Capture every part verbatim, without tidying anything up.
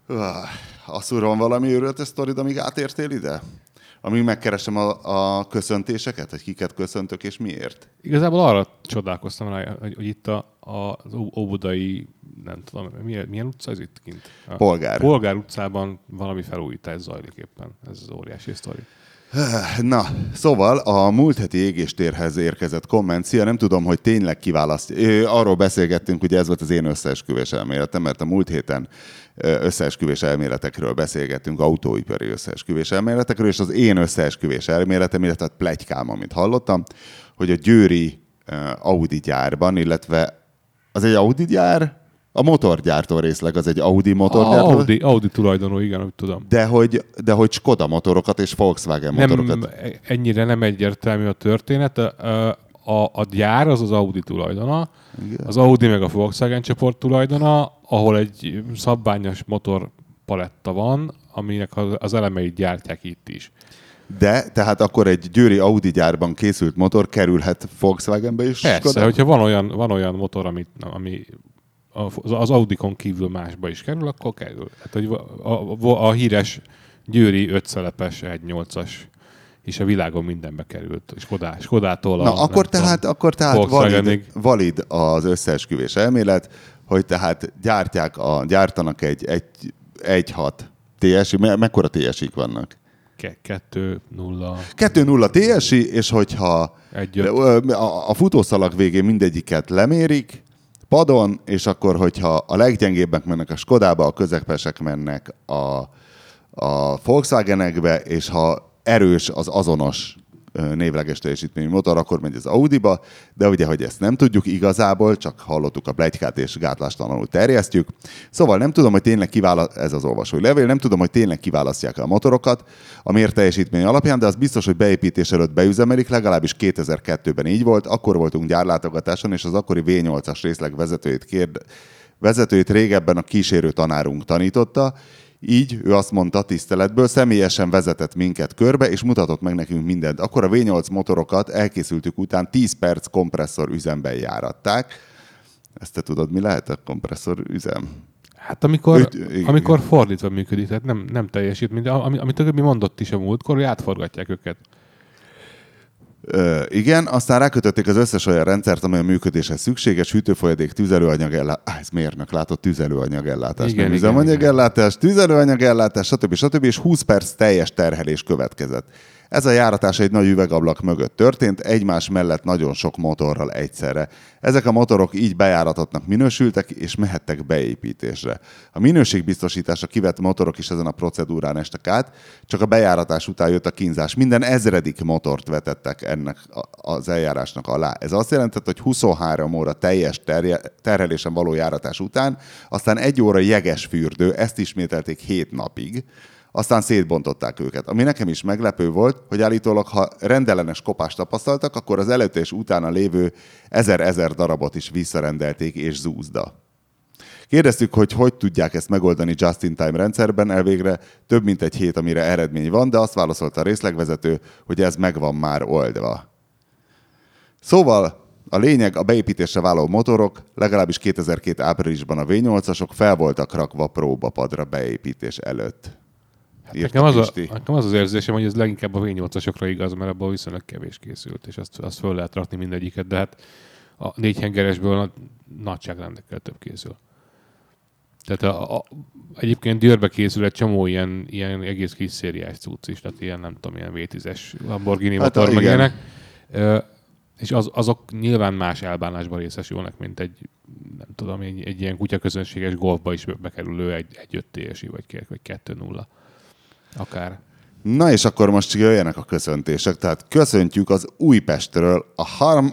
Asszul van valami őrületes sztorid, amíg átértél ide? Amíg megkeresem a, a köszöntéseket, hogy kiket köszöntök és miért? Igazából arra csodálkoztam rá, hogy, hogy itt a, a, az óbudai, nem tudom, milyen, milyen utca ez itt kint? A Polgár. Polgár utcában valami felújítás zajlik éppen. Ez az óriási sztori. Na, szóval a múlt heti égéstérhez érkezett komment. Szia, nem tudom, hogy tényleg kiválasztja. Arról beszélgettünk, ugye ez volt az én összeesküvés elméletem, mert a múlt héten összeesküvés elméletekről beszélgettünk, autóipari összeesküvés elméletekről, és az én összeesküvés elméletem, illetve pletykám, amit hallottam, hogy a győri Audi gyárban, illetve az egy Audi gyár, a motorgyártó részleg az egy Audi motorgyártó. Audi, Audi tulajdonú, igen, úgy tudom. De hogy, de hogy Skoda motorokat és Volkswagen nem, motorokat. Ennyire nem egyértelmű a történet. A, a, a gyár az az Audi tulajdona, igen. Az Audi meg a Volkswagen csoport tulajdona, ahol egy szabványos motorpaletta van, aminek az elemeit gyártják itt is. De, tehát akkor egy győri Audi gyárban készült motor kerülhet Volkswagenbe is? Persze, Skoda? hogyha van olyan, van olyan motor, amit, ami az Audikon kívül másba is kerül, akkor kerül. Hát, hogy a, a, a híres győri ötszelepes egy nyolcas és a világon mindenbe került. Skodá, Skodától a... Na, akkor tehát, tudom, akkor tehát valid, valid az összeesküvés elmélet, hogy tehát gyártják a, gyártanak egy egy, egy hat té es i, me, mekkora té es i-k vannak? kettő nulla kettő nulla té es i, és hogyha egy a, a futószalag végén mindegyiket lemérik, padon, és akkor, hogyha a leggyengébbek mennek a Skodába, a közepesek mennek a, a Volkswagenekbe, és ha erős az azonos névleges teljesítményű motor, akkor megy az Audiba, de ugye, hogy ezt nem tudjuk igazából, csak hallottuk a pletykát és gátlástalanul terjesztjük. Szóval nem tudom, hogy tényleg kiválaszt, ez az olvasói levél, nem tudom, hogy tényleg kiválasztják a motorokat a mért teljesítmény alapján, de az biztos, hogy beépítés előtt beüzemelik, legalábbis kétezer-kettőben így volt, akkor voltunk gyárlátogatáson, és az akkori vé nyolcas részleg vezetőjét, kérde, vezetőjét régebben a kísérő tanárunk tanította. Így ő azt mondta tiszteletből, személyesen vezetett minket körbe, és mutatott meg nekünk mindent. Akkor a vé nyolc motorokat elkészültük után tíz perc kompresszor üzemben járatták. Ezt te tudod, mi lehet a kompresszor üzem? Hát amikor, Üt, amikor fordítva működik, tehát nem, nem teljesít, mint amit a mi mondott is a múltkor, hogy átforgatják őket. Ö, igen, aztán rákötötték az összes olyan rendszert, amely a működéshez szükséges, hűtőfolyadék, tüzelőanyag ellátás, ez mérnök látott, tüzelőanyag ellátás, igen, nem üzemanyag ellátás, tüzelőanyag ellátás, stb. stb. És húsz perc teljes terhelés következett. Ez a járatás egy nagy üvegablak mögött történt, egymás mellett nagyon sok motorral egyszerre. Ezek a motorok így bejáratottak minősültek, és mehettek beépítésre. A minőségbiztosításra kivett motorok is ezen a procedúrán estek át, csak a bejáratás után jött a kínzás. Minden ezredik motort vetettek ennek az eljárásnak alá. Ez azt jelentett, hogy huszonhárom óra teljes terje- terhelésen való járatás után, aztán egy óra jeges fürdő, ezt ismételték hét napig, aztán szétbontották őket. Ami nekem is meglepő volt, hogy állítólag, ha rendellenes kopást tapasztaltak, akkor az előtte és utána lévő ezer-ezer darabot is visszarendelték és zúzda. Kérdeztük, hogy hogy tudják ezt megoldani just-in-time rendszerben, elvégre több mint egy hét, amire eredmény van, de azt válaszolta a részlegvezető, hogy ez meg van már oldva. Szóval a lényeg, a beépítésre váló motorok, legalábbis kétezer-két áprilisban a vé nyolcasok fel voltak rakva próbapadra beépítés előtt. Hát nekem, az a, nekem az az érzésem, hogy ez leginkább a vé nyolcasokra igaz, mert abból viszonylag kevés készült, és azt, azt föl lehet rakni mindegyiket, de hát a négyhengeresből a nagyságrendekkel több készül. Tehát a, a, egyébként Győrbe készül egy csomó ilyen, ilyen egész kis szériás cucc is, tehát ilyen nem tudom, ilyen vé tízes Lamborghini hát motor meg ilyenek. És az, azok nyilván más elbánásban részesülnek, mint egy, nem tudom, egy, egy ilyen kutyaközönséges golfba is bekerülő egy, egy öt té es i vagy, vagy kettő nulla. Akár. Na és akkor most jöjjenek a köszöntések. Tehát köszöntjük az Újpestről a Harm...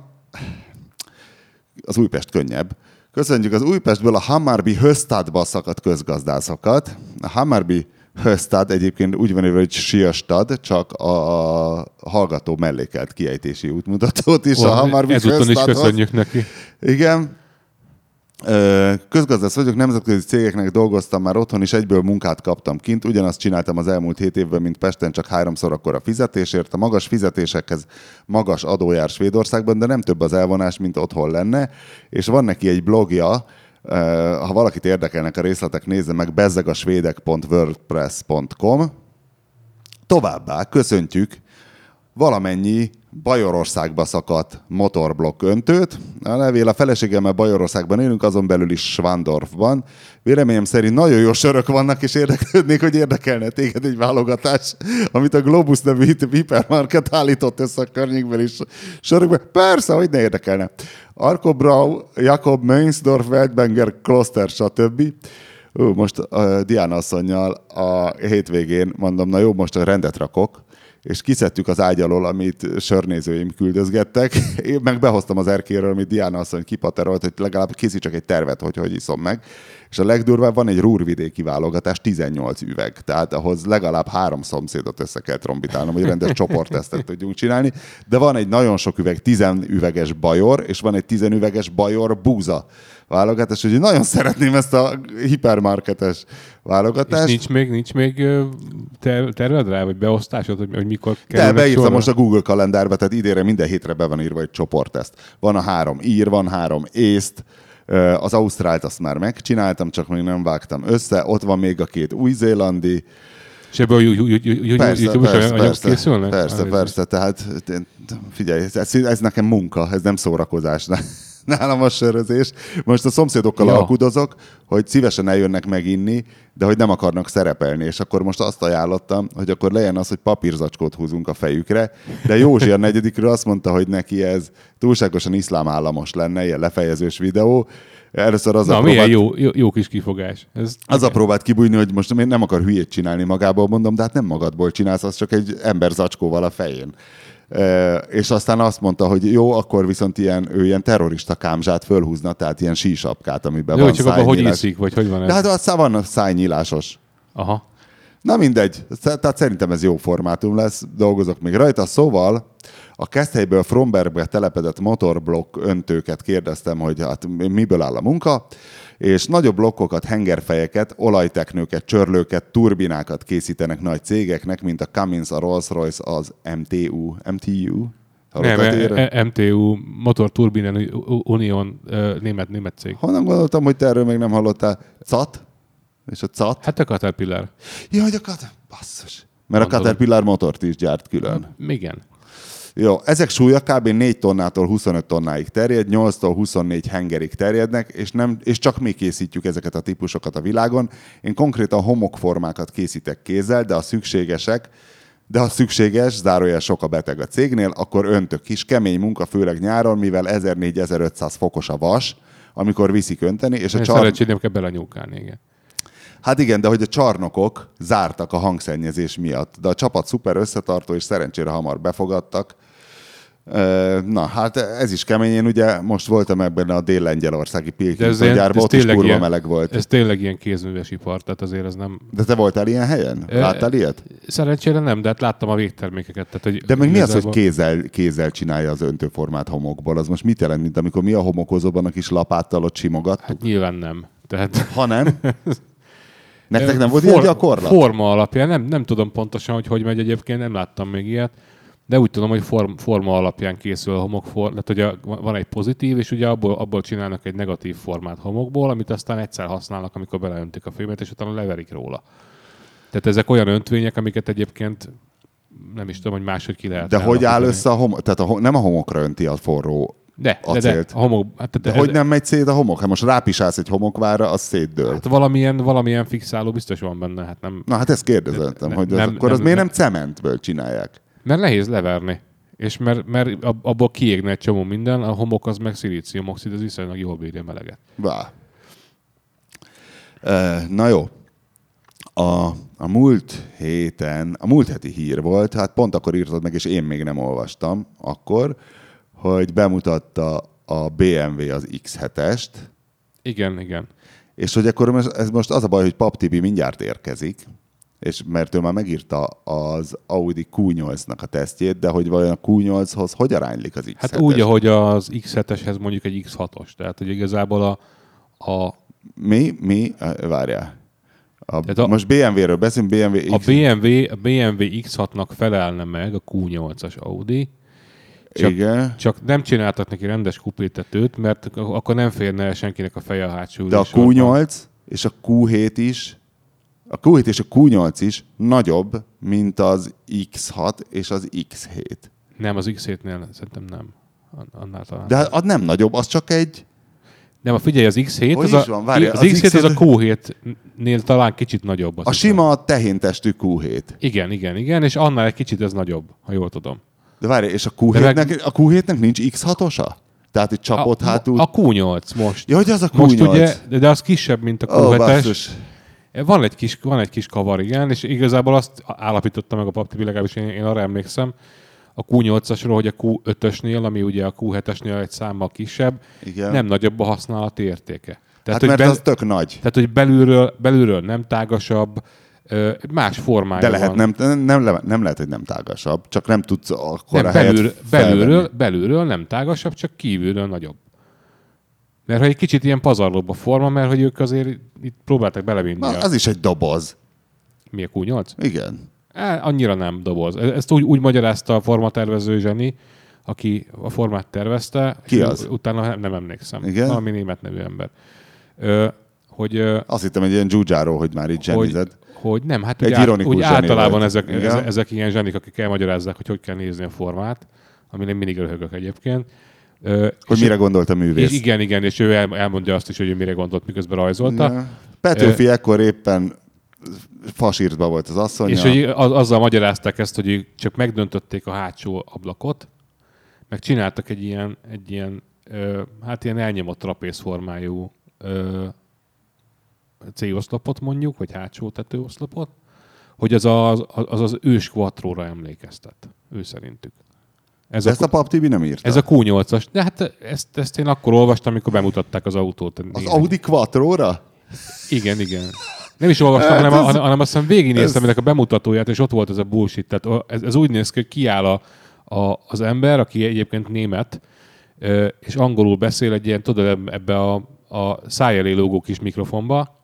Az Újpest könnyebb. Köszöntjük az Újpestből a Hammarby Höstadba szakadt közgazdászokat. A Hammarby Höstad egyébként úgy van írva, hogy Siastad, csak a hallgató mellékelt kiejtési útmutatót is. Oh, a Hammarby ezúton is köszönjük neki. Igen. Közgazdász vagyok, nemzetközi cégeknek dolgoztam már otthon, és egyből munkát kaptam kint. Ugyanazt csináltam az elmúlt hét évben, mint Pesten, csak háromszor akkora fizetésért. A magas fizetésekhez magas adó jár Svédországban, de nem több az elvonás, mint otthon lenne. És van neki egy blogja, Ha valakit érdekelnek a részletek, nézze meg bezzegasvédek pont wordpress pont com. Továbbá köszöntjük valamennyi Bajorországba szakadt motorblokk öntőt. A levél a feleségemmel Bajorországban élünk, azon belül is Schwandorfban. Véleményem szerint nagyon jó sörök vannak, és érdeklődnék, hogy érdekelne téged egy válogatás, amit a Globus nevű hipermarket állított össze a környékben is sörökben. Persze, hogy ne érdekelne. Arco Brau, Jakob Meinsdorf, Weltbenger, Kloster, stb. Ú, most uh, Diana asszonnyal a hétvégén mondom, na jó, most a rendet rakok, és kiszedtük az ágy alól, amit sörnézőim küldözgettek. Én meg behoztam az erkéről, amit Diana asszony kipaterolt, hogy legalább készítsek egy tervet, hogy hogy iszom meg. És a legdurvább, van egy rúrvidéki válogatás, tizennyolc üveg. Tehát ahhoz legalább három szomszédot össze kell trombitálnom, hogy rendes csoporttesztet tudjunk csinálni. De van egy nagyon sok üveg, tizen üveges Bajor, és van egy tizen üveges Bajor búza válogatás, úgyhogy nagyon szeretném ezt a hipermarketes válogatást. És nincs még, nincs még ter- terved rá, vagy beosztásod, hogy, hogy mikor kell. De beírtam sorra? Most a Google kalendárba, tehát idénre minden hétre be van írva egy csoportteszt. Van a három ír, van három észt, az ausztrált azt már megcsináltam, csak még nem vágtam össze, ott van még a két új-zélandi. És ebből YouTube-os anyagok készülnek? Persze, persze, tehát figyelj, ez, ez nekem munka, ez nem szórakozás. Nálam a sörözés. Most a szomszédokkal ja. alkudozok, hogy szívesen eljönnek meginni, de hogy nem akarnak szerepelni. És akkor most azt ajánlottam, hogy akkor legyen az, hogy papírzacskót húzunk a fejükre. De Józsi a negyedikről azt mondta, hogy neki ez túlságosan iszlám államos lenne, ilyen lefejezős videó. Először az Na, a milyen próbált... jó, jó, jó kis kifogás. Ez az a próbált kibújni, hogy most én nem akar hülyét csinálni magából, mondom, de hát nem magadból csinálsz, az csak egy ember zacskóval a fején. Uh, és aztán azt mondta, hogy jó, akkor viszont ilyen, ő ilyen terrorista kámzsát fölhúzna, tehát ilyen sísapkát, amiben jó, van csak abban hogy iszik, vagy hogy van ez? De hát aztán van szájnyílásos. Aha. Na mindegy, tehát szerintem ez jó formátum lesz, dolgozok még rajta. Szóval a Keszthelyből Frombergbe telepedett motorblokk öntőket kérdeztem, hogy hát miből áll a munka, és nagyobb blokkokat, hengerfejeket, olajteknőket, csörlőket, turbinákat készítenek nagy cégeknek, mint a Cummins, a Rolls-Royce, az em té u. em té u? Nem, em té u, Motor Turbinen Union, német, német cég. Honnan gondoltam, hogy te erről még nem hallottál? cát? És a cát? Hát a Caterpillar. Ja, hogy a Caterpillar, basszus. Mert Mondom. A Caterpillar motort is gyárt külön. Igen. Jó, ezek súlya kb. négy tonnától huszonöt tonnáig terjed, nyolctól huszonnégy hengerig terjednek, és, nem, és csak mi készítjük ezeket a típusokat a világon. Én konkrétan homokformákat készítek kézzel, de a szükségesek, de ha szükséges, zárójel sok a beteg a cégnél, akkor öntök kis, kemény munka, főleg nyáron, mivel ezernégy-ezerötszáz fokos a vas, amikor viszik önteni. És a csar... Szerencsét nem kell belenyúlkálni, igen. Hát igen, de hogy a csarnokok zártak a hangszennyezés miatt, de a csapat szuper összetartó, és szerencsére hamar befogadtak. Na, hát ez is kemény. Én ugye most voltam ebben a dél-lengyelországi Pilkington-gyárban, ott is kurva ilyen, meleg volt. Ez tényleg ilyen kézműves ipar, tehát azért ez nem... De te voltál ilyen helyen? Láttál ilyet? Szerencsére nem, de hát láttam a végtermékeket. Tehát, hogy de meg mi az, hogy kézzel, kézzel csinálja az öntőformát homokból? Az most mit jelent, mint amikor mi a homokozóban a kis lapáttal ott simogattuk? Hát nyilván nem. Tehát... Ha nem? Nektek nem volt For, ilyen gyakorlat? Forma alapján, nem, nem tudom pontosan, hogy hogy megy egyébként, nem láttam még ilyet, de úgy tudom, hogy form, forma alapján készül a homokform, tehát ugye van egy pozitív, és ugye abból, abból csinálnak egy negatív formát homokból, amit aztán egyszer használnak, amikor beleöntik a fémet, és utána leverik róla. Tehát ezek olyan öntvények, amiket egyébként nem is tudom, hogy máshogy ki lehet. De hogy áll össze a homok? Tehát a, nem a homokra önti a forró De, de, de, a homok, hát, de ez, hogy nem megy szét a homok? Hát most rápisálsz egy homokvára, az szétdől. Hát valamilyen, valamilyen fixáló biztos van benne. Hát nem, Na hát ezt kérdezettem, ne, hogy nem, az, akkor nem, az nem, miért nem cementből csinálják? Mert nehéz leverni. És mert, mert abból kiégne egy csomó minden, a homok az meg szilíciumoxid, ez viszonylag jól bírja meleget. Bá. Na jó. A, a múlt héten, a múlt heti hír volt, hát pont akkor írtad meg, és én még nem olvastam akkor, hogy bemutatta a bé em vé az iksz hetest. Igen, igen. És hogy akkor ez most az a baj, hogy Pap Tibi mindjárt érkezik, és mert ő már megírta az Audi kú nyolcnak a tesztjét, de hogy vajon a kú nyolchoz hogy aránylik az iksz hetes? Hát úgy, ahogy az iksz heteshez mondjuk egy iksz hatos. Tehát, hogy igazából a... a... Mi? Mi? Várjál. A, a, most bé em vé-ről beszélünk, bé em vé X... A bé em vé, a bé em vé iksz hatnak felelne meg a kú nyolcas Audi, Csak, Igen. csak nem csináltak neki rendes kupétetőt, mert akkor nem férne el senkinek a feje a hátsó De a kú nyolc és a kú hét is, a kú hét és a kú nyolc is nagyobb, mint az iksz hat és az iksz hét. Nem, az iksz hétnél szerintem nem. Annál talán. De az nem nagyobb, az csak egy... Nem, a figyelj, az iksz hét, az, van, a, várja, az, az iksz hét iksz hét az a kú hétnél talán kicsit nagyobb. A sima a tehéntestű kú hét. Igen, igen, igen, és annál egy kicsit ez nagyobb, ha jól tudom. De várj, és a kú hétnek, meg... a kú hétnek nincs iksz hatosa? Tehát egy csapott a, hátul... A kú nyolc most. Ja, hogy az a kú nyolc. Most ugye, de, de az kisebb, mint a kú hetes. Oh, van, egy kis, van egy kis kavar, igen, és igazából azt állapította meg a paptibi, legalábbis én, én arra emlékszem, a kú nyolcasról, hogy a kú ötösnél, ami ugye a kú hetesnél egy számmal kisebb, igen. Nem nagyobb a használati értéke. Tehát, hát mert bel... az tök nagy. Tehát, hogy belülről, belülről nem tágasabb, más formája De lehet, van. Nem, nem, nem lehet, hogy nem tágasabb, csak nem tudsz akkor nem, a belül, helyet belülről, belülről nem tágasabb, csak kívülről nagyobb. Mert hogy egy kicsit ilyen pazarlóbb a forma, mert hogy ők azért itt próbáltak belevinni. Na, az is egy doboz. Mi a kú nyolc? Igen. É, annyira nem doboz. Ezt úgy, úgy magyarázta a formatervező zseni, aki a formát tervezte. Ki az? Utána nem, nem emlékszem. Igen? Valami német nevű ember. Ö, hogy, ö, Azt hittem egy ilyen Giugiaro, hogy már itt zsenized. Hogy, hogy nem, hát egy úgy, át, úgy általában ezek, ezek, ezek ilyen zsenik, akik elmagyarázzák, hogy hogy kell nézni a formát, amin én mindig röhögök egyébként. Ö, hogy mire gondolt a művész. És igen, igen, és ő el, elmondja azt is, hogy ő mire gondolt, miközben rajzolta. Ja. Petőfi ekkor éppen fasírtban volt az asszonya. És hogy az, azzal magyarázták ezt, hogy ők csak megdöntötték a hátsó ablakot, meg csináltak egy ilyen, egy ilyen ö, hát ilyen elnyomott trapézformájú ö, C-oszlopot mondjuk, vagy hátsó tetőoszlopot, hogy az az, az, az ős quattróra emlékeztet, ő szerintük. Ez ezt a, a Pap Tibi nem írta? Ez a kú nyolcas. De hát ezt, ezt én akkor olvastam, amikor bemutatták az autót. Az igen. Audi Quattróra? Igen, igen. Nem is olvastam, hanem, ez, hanem azt hiszem végignéztem ez... ennek a bemutatóját, és ott volt ez a bullshit. Tehát ez, ez úgy néz ki, hogy kiáll a, a, az ember, aki egyébként német, és angolul beszél egy ilyen, tudod, ebbe a, a szájelé lógó kis mikrofonba,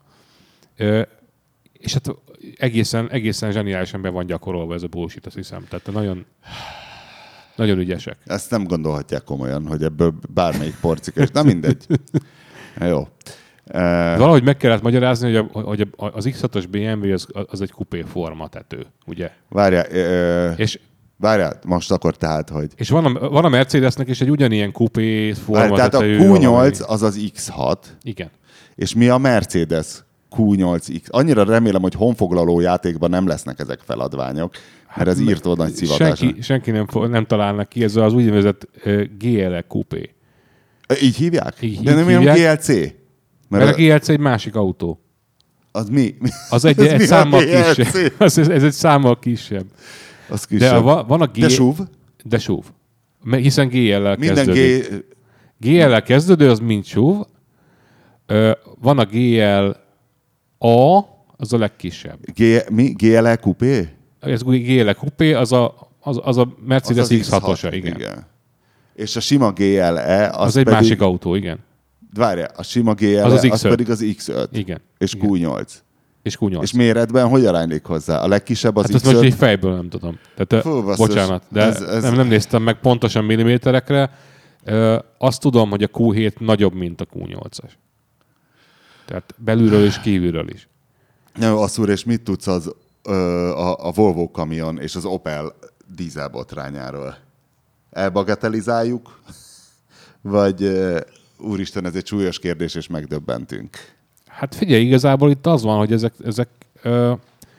és hát egészen, egészen zseniálisan be van gyakorolva ez a bullshit, azt hiszem. Tehát nagyon... Nagyon ügyesek. Ezt nem gondolhatják komolyan, hogy ebből bármelyik porcikás. Na mindegy. Jó. Uh, Valahogy meg kellett magyarázni, hogy, a, hogy az iksz hatos bé em vé az, az egy kupé formatető, ugye? Várjál, uh, és, várjál, most akkor tehát, hogy... És van a, van a Mercedesnek is egy ugyanilyen kupé formatető. Tehát a kú nyolc az az iksz hat. Igen. És mi a Mercedes kú nyolc iksz? Annyira remélem, hogy honfoglaló játékban nem lesznek ezek feladványok, mert ez írtó nagy szivatás. Senki, senki nem, nem találnak ki, ez az úgynevezett uh, gé el e kupé. Így hívják? Így, De nem ilyen gé el cé? Mert, mert a gé el cé egy másik autó. Az mi? Az egy, egy számmal kisebb. Az, ez egy számmal kisebb. Az kisebb. De a, van a G... De SUV? De SUV. Hiszen gé el-lel kezdődik. Minden G... gé el-lel kezdődő, az mind SUV. Van a gé el á, az a legkisebb. G, mi? gé el e Coupé? Ez gé el e Coupé, az a, az, az a Mercedes az az iksz hatosa, igen. igen. És a sima gé el e... Az, az egy pedig... másik autó, igen. Várjál, a sima gé el e, az, az, az pedig az iksz öt. Igen. És igen. kú nyolc. És kú nyolc. És méretben hogy aránylik hozzá? A legkisebb az hát iksz öt? Hát most egy fejből nem tudom. Tehát, Fú, basszus, bocsánat, de ez, ez... Nem, nem néztem meg pontosan milliméterekre. Ö, azt tudom, hogy a kú hét nagyobb, mint a kú nyolcas. Tehát belülről és kívülről is. Jó, Asszúr, és mit tudsz az, ö, a, a Volvo kamion és az Opel dízelbotrányáról? Elbagatelizáljuk? Vagy ö, úristen, ez egy súlyos kérdés, és megdöbbentünk? Hát figyelj, igazából itt az van, hogy ezek, ezek ö,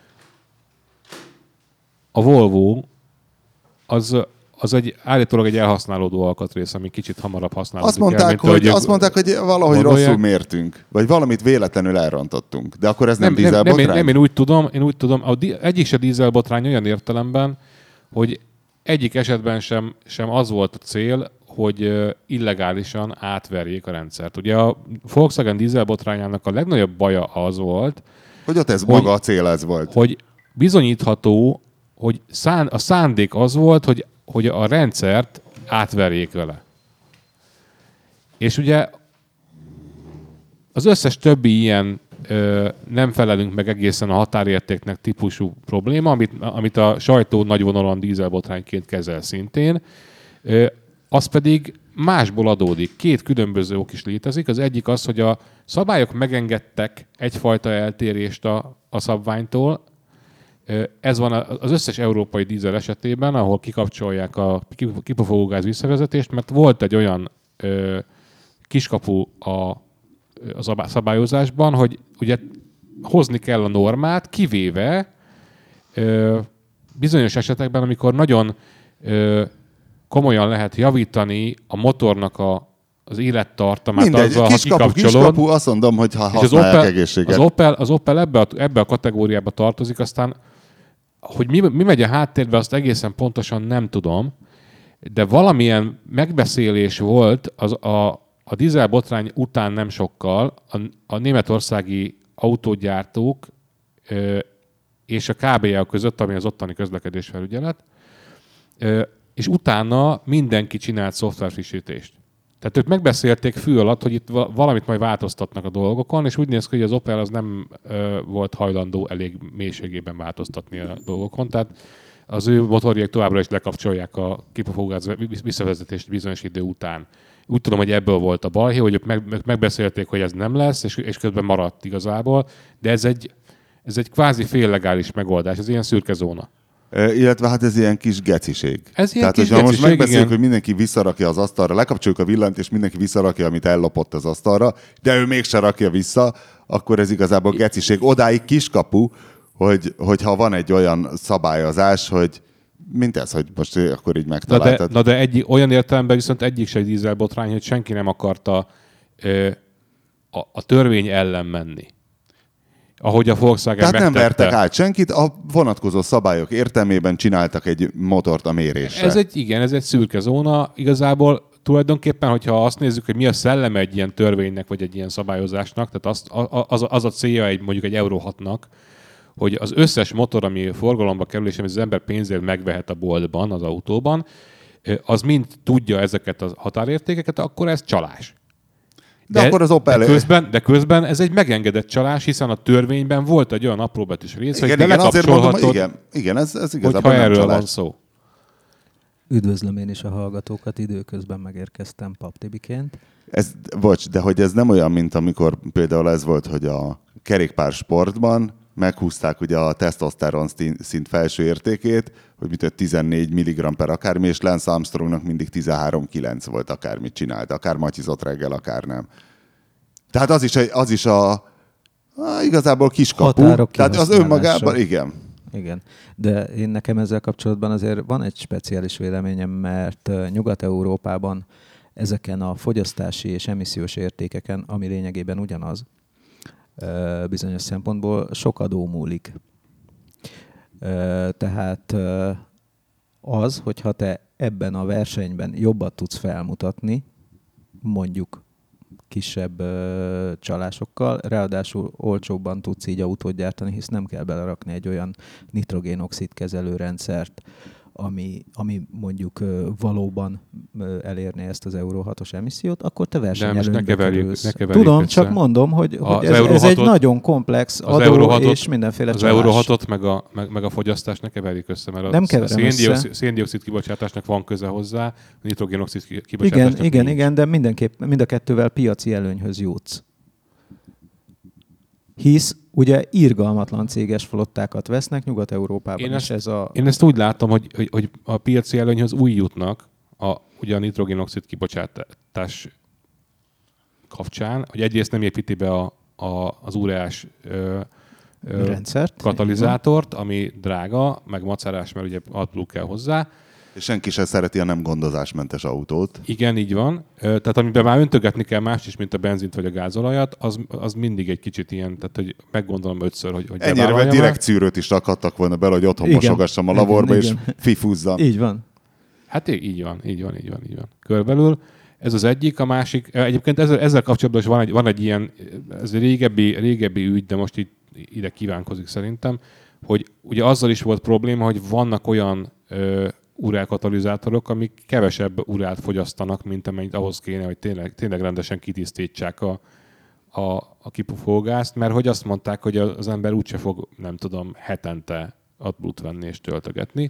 a Volvo az, az egy állítólag egy elhasználódó alkatrész, ami kicsit hamarabb használódik. Azt mondták, el, mint hogy, azt mondták, hogy valahogy gondolják. Rosszul mértünk, vagy valamit véletlenül elrontottunk. De akkor ez nem, nem dízelbotrány? Nem, nem, nem, én úgy tudom, én úgy tudom, a di- egyik se dízelbotrány olyan értelemben, hogy egyik esetben sem, sem az volt a cél, hogy illegálisan átverjék a rendszert. Ugye a Volkswagen dízelbotrányának a legnagyobb baja az volt, hogy ott ez hogy, maga a cél ez volt. Hogy bizonyítható, hogy szán, a szándék az volt, hogy, hogy a rendszert átverjék vele. És ugye az összes többi ilyen ö, nem felelünk meg egészen a határértéknek típusú probléma, amit, amit a sajtó nagyvonalon dízelbotrányként kezel szintén, Az pedig másból adódik. Két különböző ok is létezik. Az egyik az, hogy a szabályok megengedtek egyfajta eltérést a, a szabványtól. Ez van az összes európai dízel esetében, ahol kikapcsolják a kipufogógáz visszavezetést, mert volt egy olyan ö, kiskapu a, a szabályozásban, hogy ugye hozni kell a normát, kivéve ö, bizonyos esetekben, amikor nagyon ö, komolyan lehet javítani a motornak a, az élettartamát. Mindegy, azzal, kiskapu, ha kiskapu, azt mondom, hogy ha használják az egészséget. Az Opel, az Opel ebbe, a, ebbe a kategóriába tartozik, aztán hogy mi, mi megy a háttérbe, azt egészen pontosan nem tudom, de valamilyen megbeszélés volt az, a, a dízel botrány után nem sokkal a, a németországi autógyártók ö, és a ká bé á között, ami az ottani közlekedésfelügyelet, ö, és utána mindenki csinált szoftverfrissítést. Tehát ők megbeszélték fű alatt, hogy itt valamit majd változtatnak a dolgokon, és úgy néz ki, hogy az Opel az nem ö, volt hajlandó elég mélységében változtatni a dolgokon. Tehát az ő motorjék továbbra is lekapcsolják a kipufogógáz visszavezetést bizonyos idő után. Úgy tudom, hogy ebből volt a balhé, hogy ők meg, megbeszélték, hogy ez nem lesz, és, és közben maradt igazából, de ez egy, ez egy kvázi féllegális megoldás, ez ilyen szürke zóna. E, illetve hát ez ilyen kis geciség. Ez ilyen Tehát, kis hogyha geciség, most megbeszéljük, igen. hogy mindenki visszarakja az asztalra, lekapcsoljuk a villanyt, és mindenki visszarakja, amit ellopott az asztalra, de ő mégse rakja vissza, akkor ez igazából geciség. Odáig kiskapu, hogy, hogyha van egy olyan szabályozás, hogy mint ez, hogy most akkor így megtaláltad. Na de, na de egy, olyan értelemben viszont egyik se egy dízelbotrány, hogy senki nem akarta ö, a, a törvény ellen menni. Ahogy a Volkswagen Tehát megtette. nem vertek át senkit, a vonatkozó szabályok értelmében csináltak egy motort a mérésre. Ez egy, igen, ez egy szürke zóna. Igazából tulajdonképpen, hogyha azt nézzük, hogy mi a szelleme egy ilyen törvénynek, vagy egy ilyen szabályozásnak, tehát az, az, az a célja egy, mondjuk egy Euro hatnak, hogy az összes motor, ami forgalomba kerül, és amit az ember pénzért megvehet a boltban, az autóban, az mind tudja ezeket a határértékeket, akkor ez csalás. De, de, akkor az Opel... de, közben, de közben ez egy megengedett csalás, hiszen a törvényben volt egy olyan apróbetűs rész, igen, hogy igen, belekapcsolhatod, mondom, igen, igen, ez, ez igazából hogyha nem erről csalás. van szó. Üdvözlöm én is a hallgatókat, időközben megérkeztem Pap Tibiként. Ez, bocs, de hogy ez nem olyan, mint amikor például ez volt, hogy a kerékpár sportban meghúzták ugye a tesztoszteron szint felső értékét, hogy mit tizennégy milligramm per akármi, és Lance Armstrongnak mindig tizenhárom kilenc volt akármit csinált, akár matyizott reggel, akár nem. Tehát az is, az is a, a igazából kiskapu. Határok Tehát az önmagában, igen. Igen, de én nekem ezzel kapcsolatban azért van egy speciális véleményem, mert Nyugat-Európában ezeken a fogyasztási és emissziós értékeken, ami lényegében ugyanaz, bizonyos szempontból sok adó múlik. Tehát az, hogyha te ebben a versenyben jobbat tudsz felmutatni, mondjuk kisebb csalásokkal, ráadásul olcsóbban tudsz így autót gyártani, hisz nem kell belerakni egy olyan nitrogénoxid kezelőrendszert, ami, ami mondjuk valóban elérné ezt az Euro hatos emissziót, akkor te versenyelőnybe kerülsz. Tudom, össze. Csak mondom, hogy, hogy ez, ez egy nagyon komplex adó hatot, és mindenféle az csalás. Az Euro hatot meg a, meg, meg a fogyasztást ne keverjük össze, mert nem a széndioxid, széndioxid kibocsátásnak van köze hozzá, a nitrogénoxid kibocsátásnak igen, igen, nincs. igen, de mindenképp mind a kettővel piaci előnyhöz jutsz. Hisz ugye irgalmatlan céges flottákat vesznek Nyugat-Európában én is ezt, ez a... Én ezt úgy látom, hogy, hogy, hogy a piaci előnyhöz úgy jutnak, a, ugye a nitrogénoxid kibocsátás kapcsán, hogy egyrészt nem építi be a, a, az ureás ö, ö, rendszert, katalizátort, ami drága, meg macerás, mert ugye AdBlue kell hozzá. És senki sem szereti a nem gondozásmentes autót. Igen, így van. Tehát amiben már öntögetni kell más is, mint a benzint vagy a gázolajat, az, az mindig egy kicsit ilyen, tehát hogy meggondolom ötször, hogy, hogy ennyire direkt szűrőt is rakadtak volna bele, hogy otthon igen, mosogassam a laborba, igen, és igen. fifúzzam. Így van. Hát így van, így van, így van, így van. Körbelül. Ez az egyik, a másik. Egyébként ezzel, ezzel kapcsolatban is van egy, van egy ilyen, ez egy régebbi, régebbi ügy, de most itt ide kívánkozik szerintem, hogy ugye azzal is volt probléma, hogy vannak olyan ö, urálkatalizátorok, amik kevesebb urált fogyasztanak, mint amennyit ahhoz kéne, hogy tényleg, tényleg rendesen kitisztítsák a, a, a kipufógázt, mert hogy azt mondták, hogy az ember úgyse fog, nem tudom, hetente AdBlue-t venni és töltögetni.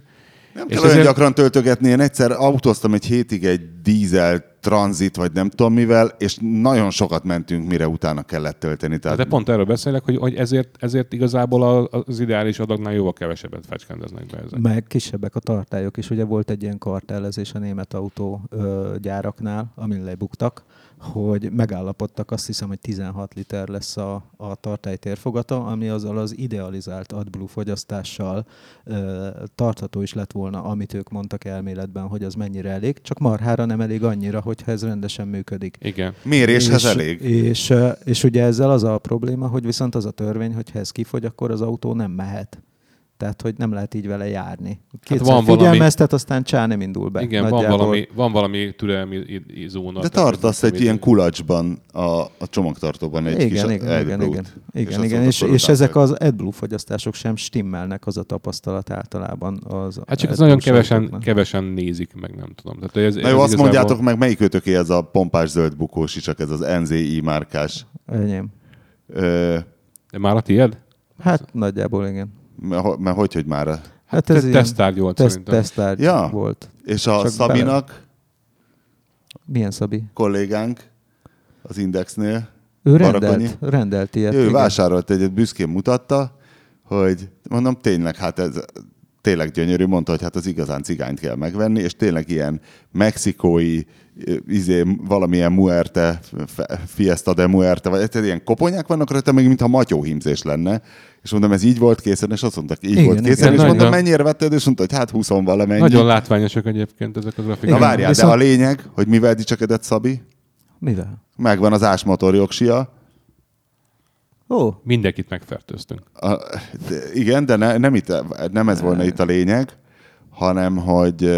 Nem kell olyan ezért... gyakran töltögetni. Én egyszer autóztam egy hétig egy dízel tranzit, vagy nem tudom mivel, és nagyon sokat mentünk, mire utána kellett tölteni. Tehát... De pont erről beszélek, hogy, hogy ezért, ezért igazából az ideális adagnál jóval kevesebbet fecskendeznek be ezek. Meg kisebbek a tartályok is. Ugye volt egy ilyen kartellezés a német autógyáraknál, amin lebuktak, hogy megállapodtak, azt hiszem, hogy tizenhat liter lesz a, a tartály térfogata, ami azzal az idealizált AdBlue fogyasztással ö, tartható is lett volna, amit ők mondtak elméletben, hogy az mennyire elég, csak marhára nem elég annyira, hogyha ez rendesen működik. Igen. Méréshez elég. És, és, és ugye ezzel az a probléma, hogy viszont az a törvény, hogyha ez kifogy, akkor az autó nem mehet. Tehát, hogy nem lehet így vele járni. Kétszer hát figyelmeztet, valami... aztán csá nem indul be. Igen, van valami, van valami türelmi zóna. De tartasz egy ilyen kulacsban, a, a csomagtartóban egy igen, kis igen, igen, igen, igen, igen. És, és ezek az AdBlue fogyasztások sem stimmelnek, az a tapasztalat általában. Az hát csak ez nagyon kevesen, kevesen nézik meg, nem tudom. Tehát ez, Na jó, azt mondjátok meg, melyik ötöké ez a pompás zöld bukós, csak ez az en zé i márkás. Enyém. Ö... De már a tiéd? Hát nagyjából igen. Mert, mert hogy, hogy már... Hát, hát ez tesztárgy volt teszt, szerintem. Tesztárgy ja. volt. És a Csak Szabinak... Bele... Milyen Szabi? Kollégánk az Indexnél. Ő rendelt, rendelt ilyet. Ő igen. vásárolt egyet, büszkén mutatta, hogy mondom, tényleg, hát ez tényleg gyönyörű, mondta, hogy hát az igazán cigányt kell megvenni, és tényleg ilyen mexikói, izé, valamilyen Muerte, Fiesta de Muerte, vagy egy ilyen koponyák vannak rajta, még mintha matyóhímzés lenne. És mondom, ez így volt készen, és azt mondták, így igen, volt készen, igen, és mondom, nagyon... mennyire vetted, és mondta, hogy hát húsz valamennyi. Nagyon látványosak egyébként ezek a grafikák. Na várjál, viszont... de a lényeg, hogy mivel dicsekedett Szabi? Mivel? Megvan az ásmotor jogsia. Ó. Mindenkit megfertőztünk. A, de, igen, de ne, nem, itt, nem ez volna itt a lényeg, hanem, hogy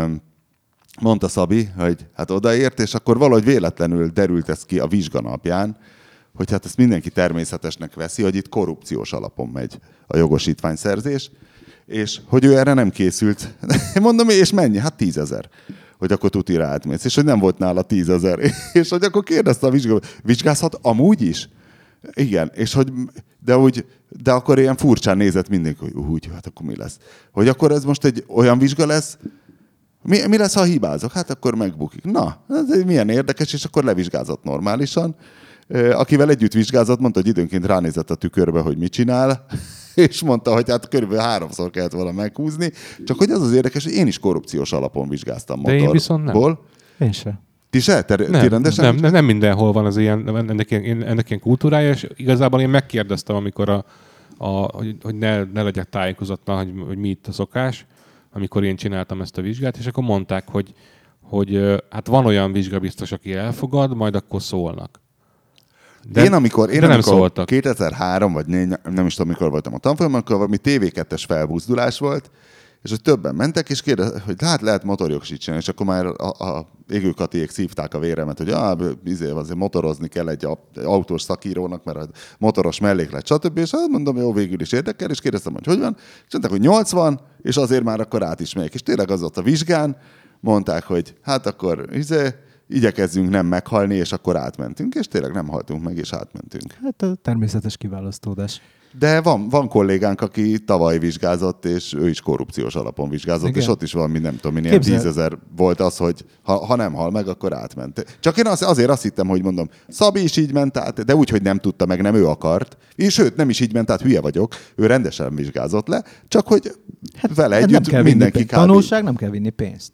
mondta Szabi, hogy hát odaért, és akkor valahogy véletlenül derült ez ki a vizsganapján, hogy hát ezt mindenki természetesnek veszi, hogy itt korrupciós alapon megy a jogosítványszerzés, és hogy ő erre nem készült. Mondom, és mennyi? Hát tízezer. Hogy akkor tuti átmész, és hogy nem volt nála tízezer. És hogy akkor kérdezte a vizsgáló, vizsgázhat amúgy is? Igen, és hogy, de, úgy, de akkor ilyen furcsán nézett mindenki, hogy úgy, hát akkor mi lesz? Hogy akkor ez most egy olyan vizsga lesz, mi, mi lesz, ha hibázok? Hát akkor megbukik. Na, ez milyen érdekes, és akkor levizsgázott normálisan. Akivel együtt vizsgázott, mondta, hogy időnként ránézett a tükörbe, hogy mit csinál, és mondta, hogy hát körülbelül háromszor kellett volna meghúzni, csak hogy az az érdekes, hogy én is korrupciós alapon vizsgáztam motorból. De én viszont nem. Én sem. Ti se? Te, nem, ti rendesen? Nem, nem, nem mindenhol van az ilyen, ennek, ilyen, ennek ilyen kultúrája, és igazából én megkérdeztem, amikor, a, a, hogy, hogy ne, ne legyek tájékozatlan, hogy, hogy mi itt a szokás, amikor én csináltam ezt a vizsgát, és akkor mondták, hogy, hogy hát van olyan vizsgabiztos, aki elfogad, majd akkor szólnak. De, én amikor, én de amikor nem szóltak. kétezer-három vagy négy, nem is tudom, mikor voltam a tanfolyamon, akkor valami té vé kettes felbuzdulás volt, és hogy többen mentek, és kérdeztek, hogy hát lehet motorjogsit csinálni, és akkor már a, a égőkatiék szívták a véremet, hogy ah, izé, azért motorozni kell egy, egy autós szakírónak, mert a motoros melléklet, stb. És hát mondom, jó, végül is érdekel, és kérdeztem, hogy hogy van, és mondták, hogy nyolcvan, és azért már akkor át is megyek. És tényleg az ott a vizsgán, mondták, hogy hát akkor izé, igyekezzünk nem meghalni, és akkor átmentünk, és tényleg nem haltunk meg, és átmentünk. Hát a természetes kiválasztódás. De van, van kollégánk, aki tavaly vizsgázott, és ő is korrupciós alapon vizsgázott, igen. És ott is valami, nem tudom, milyen tízezer volt az, hogy ha, ha nem hal meg, akkor átment. Csak én az, azért azt hittem, hogy mondom, Szabi is így ment át, de úgy, hogy nem tudta meg, nem ő akart. És sőt, nem is így ment át, hülye vagyok, ő rendesen vizsgázott le, csak hogy hát, vele együtt nem kell mindenki kb. Tanulság, nem kell vinni pénzt.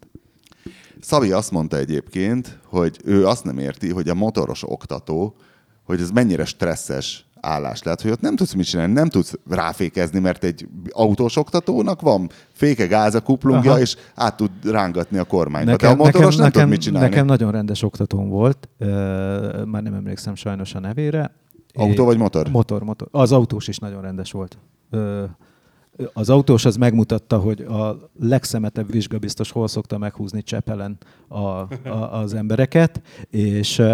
Szabi azt mondta egyébként, hogy ő azt nem érti, hogy a motoros oktató, hogy ez mennyire stresszes állás lehet, hogy ott nem tudsz mit csinálni, nem tudsz ráfékezni, mert egy autós oktatónak van féke, gáza, kuplungja, aha. És át tud rángatni a kormányba. Nekem, de a motoros nekem, nem nekem, tud mit csinálni. Nekem nagyon rendes oktatóm volt, uh, már nem emlékszem sajnos a nevére. Autó vagy motor? Motor, motor. Az autós is nagyon rendes volt. Uh, Az autós az megmutatta, hogy a legszemetebb vizsgabiztos hol szokta meghúzni Csepelen a, a, az embereket, és,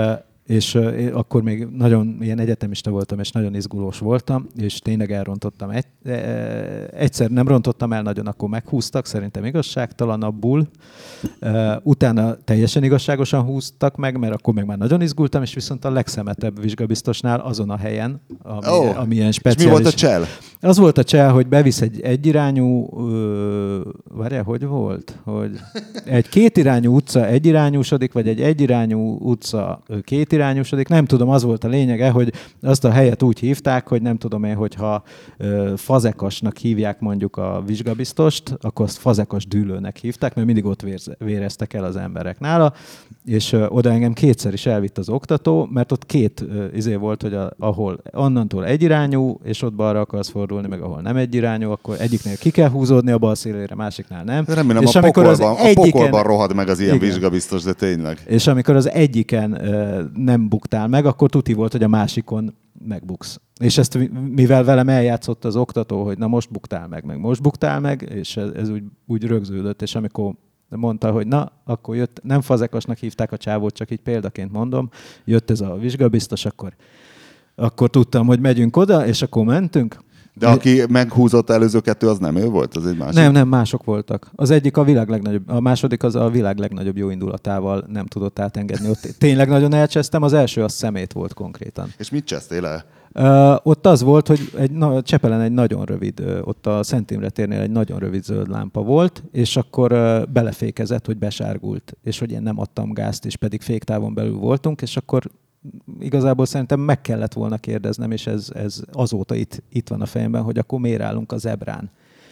És uh, akkor még nagyon ilyen egyetemista voltam, és nagyon izgulós voltam, és tényleg elrontottam. Egy, e, egyszer nem rontottam el nagyon, akkor meghúztak, szerintem igazságtalanabbul. Uh, utána teljesen igazságosan húztak meg, mert akkor meg már nagyon izgultam, és viszont a legszemetebb vizsgabiztosnál azon a helyen, ami, oh, amilyen speciális... És mi volt a csel? Az volt a csel, hogy bevisz egy egyirányú... Uh, várjál, hogy volt? Hogy egy kétirányú utca egyirányúsodik, vagy egy egyirányú utca kétirányúsodik, nem tudom, az volt a lényege, hogy azt a helyet úgy hívták, hogy nem tudom én, hogyha uh, fazekasnak hívják mondjuk a vizsgabiztost, akkor azt fazekas dűlőnek hívták, mert mindig ott vérze, véreztek el az emberek nála, és uh, oda engem kétszer is elvitt az oktató, mert ott két uh, izé volt, hogy a, ahol onnantól egyirányú, és ott balra akarsz fordulni, meg ahol nem egyirányú, akkor egyiknél ki kell húzódni a bal szélére, másiknál nem. Remélem és a pokolban, egyiken, a pokolban rohad meg az ilyen igen. vizsgabiztos, de tényleg. És amikor az egyiken uh, nem buktál meg, akkor tuti volt, hogy a másikon megbuksz. És ezt mivel velem eljátszott az oktató, hogy na most buktál meg, meg most buktál meg, és ez, ez úgy, úgy rögződött, és amikor mondta, hogy na, akkor jött, nem fazekasnak hívták a csávót, csak így példaként mondom, jött ez a vizsgabiztos, akkor, akkor tudtam, hogy megyünk oda, és akkor mentünk. De aki meghúzott előző kettő, az nem ő volt? Az egy másik? Nem, nem, mások voltak. Az egyik a világ legnagyobb, a második az a világ legnagyobb jó indulatával nem tudott átengedni. Ott tényleg nagyon elcsesztem, az első az szemét volt konkrétan. És mit csesztél el? Uh, ott az volt, hogy egy, na, Csepelen egy nagyon rövid, uh, ott a Szent Imre térnél egy nagyon rövid zöld lámpa volt, és akkor uh, belefékezett, hogy besárgult, és hogy én nem adtam gázt, és pedig féktávon belül voltunk, és akkor igazából szerintem meg kellett volna kérdeznem, és ez, ez azóta itt, itt van a fejemben, hogy akkor miért állunk a zebrán.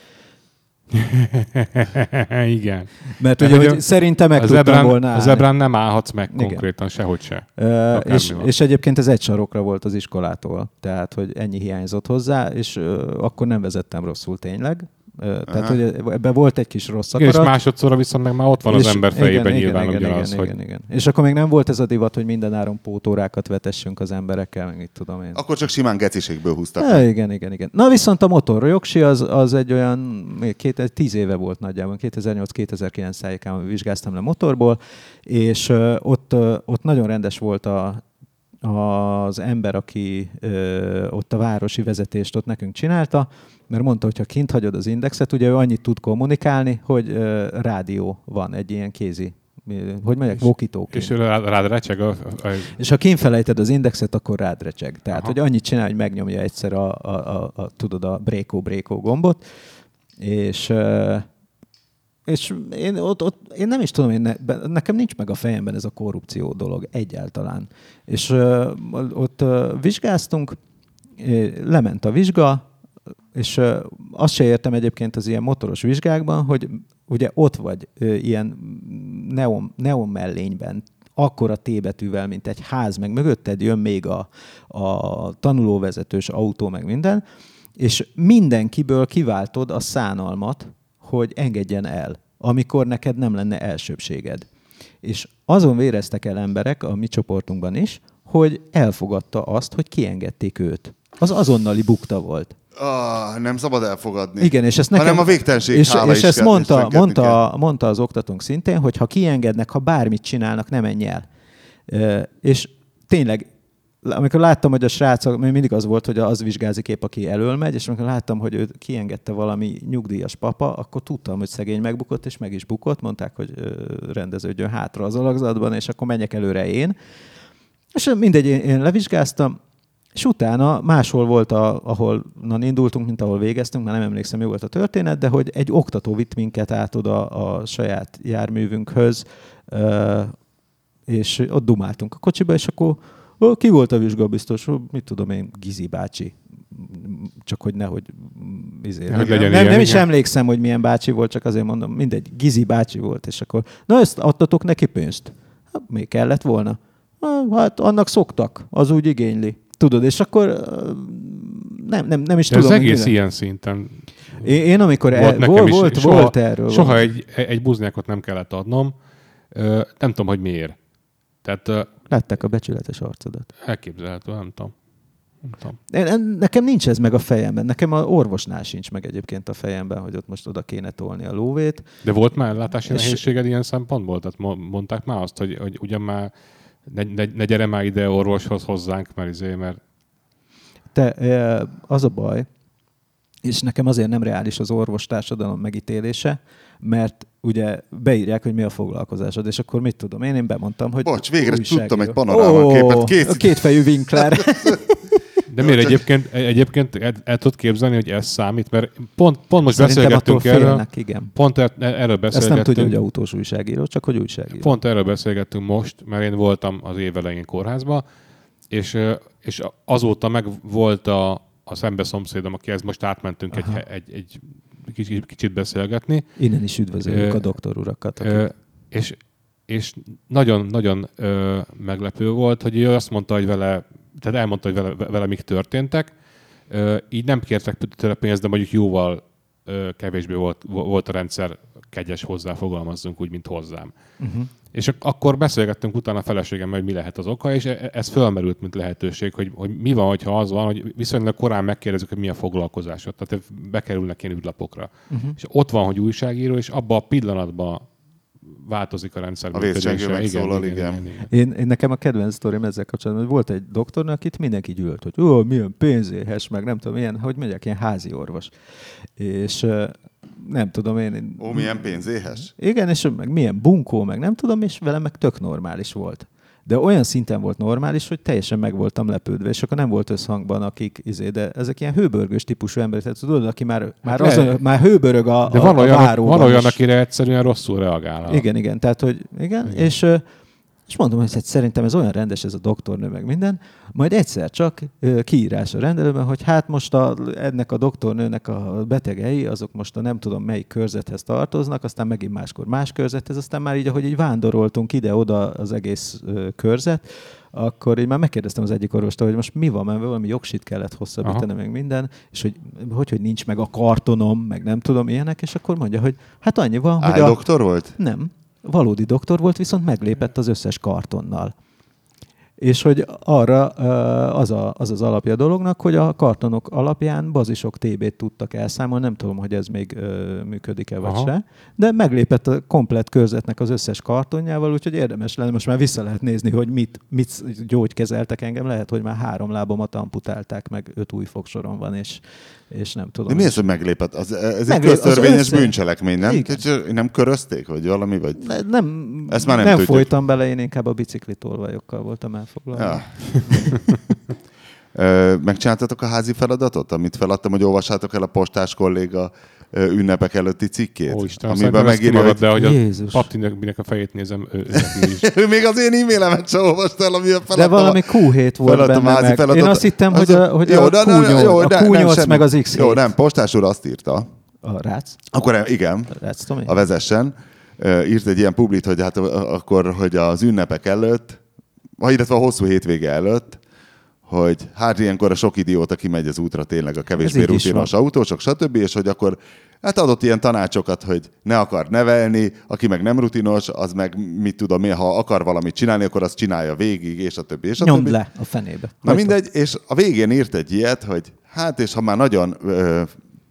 Igen. Mert ugye, hogy szerintem meg tudtam zebrán, volna állni. A zebrán nem állhatsz meg igen. konkrétan, sehogy se. Uh, és, és egyébként ez egy sarokra volt az iskolától, tehát hogy ennyi hiányzott hozzá, és uh, akkor nem vezettem rosszul tényleg. Uh, tehát, hogy ebben volt egy kis rossz akarat. És másodszorra viszont meg már ott van és az ember fejében igen, nyilván igen, ugyanaz, igen, hogy... igen, igen. És akkor még nem volt ez a divat, hogy minden áron pótórákat vetessünk az emberekkel, meg mit tudom én. Akkor csak simán geciségből húztak. Ja, igen, igen, igen. Na viszont a motorjogsi az, az egy olyan, még két, tíz éve volt nagyjából, kétezer-nyolc-kétezer-kilenc szájékán vizsgáztam le motorból, és uh, ott, uh, ott nagyon rendes volt a az ember, aki ö, ott a városi vezetést ott nekünk csinálta, mert mondta, hogy ha kint hagyod az indexet, ugye ő annyit tud kommunikálni, hogy ö, rádió van, egy ilyen kézi, hogy mondják, walkie-talkie. És rád, rád recseg a, a... És ha kintfelejted az indexet, akkor rád recseg. Tehát, aha. hogy annyit csinál, hogy megnyomja egyszer a, a, a, a tudod, a brékó-brékó gombot, és... Ö, És én, ott, ott, én nem is tudom, én ne, nekem nincs meg a fejemben ez a korrupció dolog egyáltalán. És uh, ott uh, vizsgáztunk, lement a vizsga, és uh, azt se értem egyébként az ilyen motoros vizsgákban, hogy ugye ott vagy uh, ilyen neon, neon mellényben, akkora T-betűvel, mint egy ház, meg mögötted jön még a, a tanulóvezetős autó, meg minden, és mindenkiből kiváltod a szánalmat, hogy engedjen el, amikor neked nem lenne elsőbséged. És azon véreztek el emberek, a mi csoportunkban is, hogy elfogadta azt, hogy kiengedték őt. Az azonnali bukta volt. Ah, nem szabad elfogadni. Igen, és ezt nekem... Hanem a végtelenség és, hála és is ezt kell, mondta, mondta, mondta az oktatónk szintén, hogy ha kiengednek, ha bármit csinálnak, ne menj el. E, és tényleg, amikor láttam, hogy a srác, mindig az volt, hogy az vizsgázik épp, aki elől megy, és amikor láttam, hogy ő kiengedte valami nyugdíjas papa, akkor tudtam, hogy szegény megbukott, és meg is bukott. Mondták, hogy rendeződjön hátra az alakzatban, és akkor menjek előre én. És mindegy, én, én levizsgáztam, és utána máshol volt, a, ahol na, indultunk, mint ahol végeztünk, már nem emlékszem, mi volt a történet, de hogy egy oktató vitt minket át oda a saját járművünkhöz, és ott dumáltunk a kocsiba, és akkor ki volt a vizsgabiztos? Mit tudom én, Gizi bácsi. Csak hogy nehogy... Izé, hogy nem, nem, nem is emlékszem, hogy milyen bácsi volt, csak azért mondom, mindegy, Gizi bácsi volt, és akkor, na ezt adtatok neki pénzt? Hát, még kellett volna. Hát annak szoktak, az úgy igényli. Tudod, és akkor nem, nem, nem is de tudom. Ez egész minden. ilyen szinten. Én, én amikor volt, el, volt, volt, soha, volt erről. Soha egy, egy buznyákot nem kellett adnom. Nem tudom, hogy miért. Tehát... Látták a becsületes arcodat. Elképzelhető, nem tudom. Nem tudom. Én, nekem nincs ez meg a fejemben. Nekem a orvosnál sincs meg egyébként a fejemben, hogy ott most oda kéne tolni a lóvét. De volt már ellátási nehézséged ilyen szempontból? Tehát mondták már azt, hogy, hogy ugyan már ne, ne, ne gyere már ide orvoshoz hozzánk, mert izé, mert... Te, az a baj, és nekem azért nem reális az orvostársadalom megítélése, mert ugye beírják, hogy mi a foglalkozásod, és akkor mit tudom én, én bemondtam, hogy bocs, végre tudtam egy panorámaképet oh, készíteni. A kétfejű Winkler. De miért egyébként, egyébként el, el tudod képzelni, hogy ez számít? Mert pont, pont most szerintem beszélgettünk erről. Félnek, igen. Pont er, erről beszélgettünk. Ezt nem tudja, hogy autós újságíró, csak hogy újságíró. Pont erről beszélgettünk most, mert én voltam az év elején kórházban, és, és azóta meg volt a, a szembeszomszédom, akihez most átmentünk egy, egy, egy kicsit, kicsit beszélgetni. Innen is üdvözöljük ö, a doktor urakat. Ö, és, és nagyon-nagyon meglepő volt, hogy ő azt mondta, hogy vele tehát elmondta, hogy vele, vele mik történtek. Így nem kértek tőle pénzt, de mondjuk jóval kevésbé volt, volt a rendszer kegyes hozzá, fogalmazzunk úgy, mint hozzám. Uh-huh. És akkor beszélgettünk utána a feleségemmel, hogy mi lehet az oka, és ez fölmerült, mint lehetőség, hogy, hogy mi van, hogyha az van, hogy viszonylag korán megkérdezzük, hogy mi a foglalkozásod. Tehát bekerülnek ilyen ügylapokra. Uh-huh. És ott van, hogy újságíró, és abban a pillanatban változik a rendszer. A vészcsengő megszólal, igen. igen. igen, igen. Én, én nekem a kedvenc sztorim ezzel kapcsolatban, hogy volt egy doktornő, akit mindenki gyűlölt, hogy ó, milyen pénzéhes, meg nem tudom, milyen, hogy megyek, ilyen házi orvos. És nem tudom én... Ó, milyen pénzéhes? Igen, és meg milyen bunkó, meg nem tudom, és velem meg tök normális volt. De olyan szinten volt normális, hogy teljesen meg voltam lepődve, és akkor nem volt összhangban, akik, izé, de ezek ilyen hőbörgős típusú emberek, tehát tudod, aki már, már, azon, már hőbörög a, de van a, olyan, a váróban. Van olyan, akire egyszerűen rosszul reagál. Igen, igen, tehát, hogy igen, igen. És, és mondom, hogy szerintem ez olyan rendes, ez a doktornő, meg minden, majd egyszer csak kiírás a rendelőben, hogy hát most a, ennek a doktornőnek a betegei, azok most a nem tudom melyik körzethez tartoznak, aztán megint máskor más körzethez, aztán már így, ahogy így vándoroltunk ide-oda az egész körzet, akkor én már megkérdeztem az egyik orvostól, hogy most mi van, mert valami jogsit kellett hosszabbítani, meg minden, és hogy, hogy hogy nincs meg a kartonom, meg nem tudom ilyenek, és akkor mondja, hogy hát annyi van, hogy a... doktor volt? Nem. Valódi doktor volt, viszont meglépett az összes kartonnal. És hogy arra az, a, az az alapja a dolognak, hogy a kartonok alapján bazisok té bét tudtak elszámolni, nem tudom, hogy ez még működik-e vagy Aha. se, de meglépett a komplett körzetnek az összes kartonjával, úgyhogy érdemes lenne, most már vissza lehet nézni, hogy mit, mit gyógykezeltek engem, lehet, hogy már három lábomat amputálták, meg öt új fogsorom van, és, és nem tudom. De mi ez, hogy meglépett? Az, ez Meglép, egy köztörvényes össze... bűncselekmény, nem? Tehát nem körözték, vagy valami? Vagy... Ne, nem, Ezt már nem, nem tudjuk. folytam bele, én inkább a biciklitolvajokkal voltam elfoglalva. Ja. Megcsináltatok a házi feladatot, amit feladtam, hogy olvassátok el a postás kolléga ünnepek előtti cikkét? Ó, Isten, amiben megírja, hogy... De, hogy a Patinak, minek a fejét nézem, ő, ő még az én e-mailemet sem olvasta el, ami a feladtam. De valami kú hét volt benne meg. Én azt hittem, hogy a, hogy jó, a, Q nyolc, jó, a Q nyolc nem, meg az X hét. Jó, nem, postás úr azt írta. A Rácz? Akkor igen, Rácz, a vezessen. Írt egy ilyen publit, hogy hát akkor, hogy az ünnepek előtt, illetve a hosszú hétvége előtt, hogy hát ilyenkor a sok idióta kimegy az útra, tényleg a kevésbé rutinos autósok, stb. És hogy akkor hát adott ilyen tanácsokat, hogy ne akar nevelni, aki meg nem rutinos, az meg mit tudom én, ha akar valamit csinálni, akkor azt csinálja végig, és a többi. És a Nyomd többi. le a fenébe. Na mindegy, és a végén írt egy ilyet, hogy hát és ha már nagyon ö,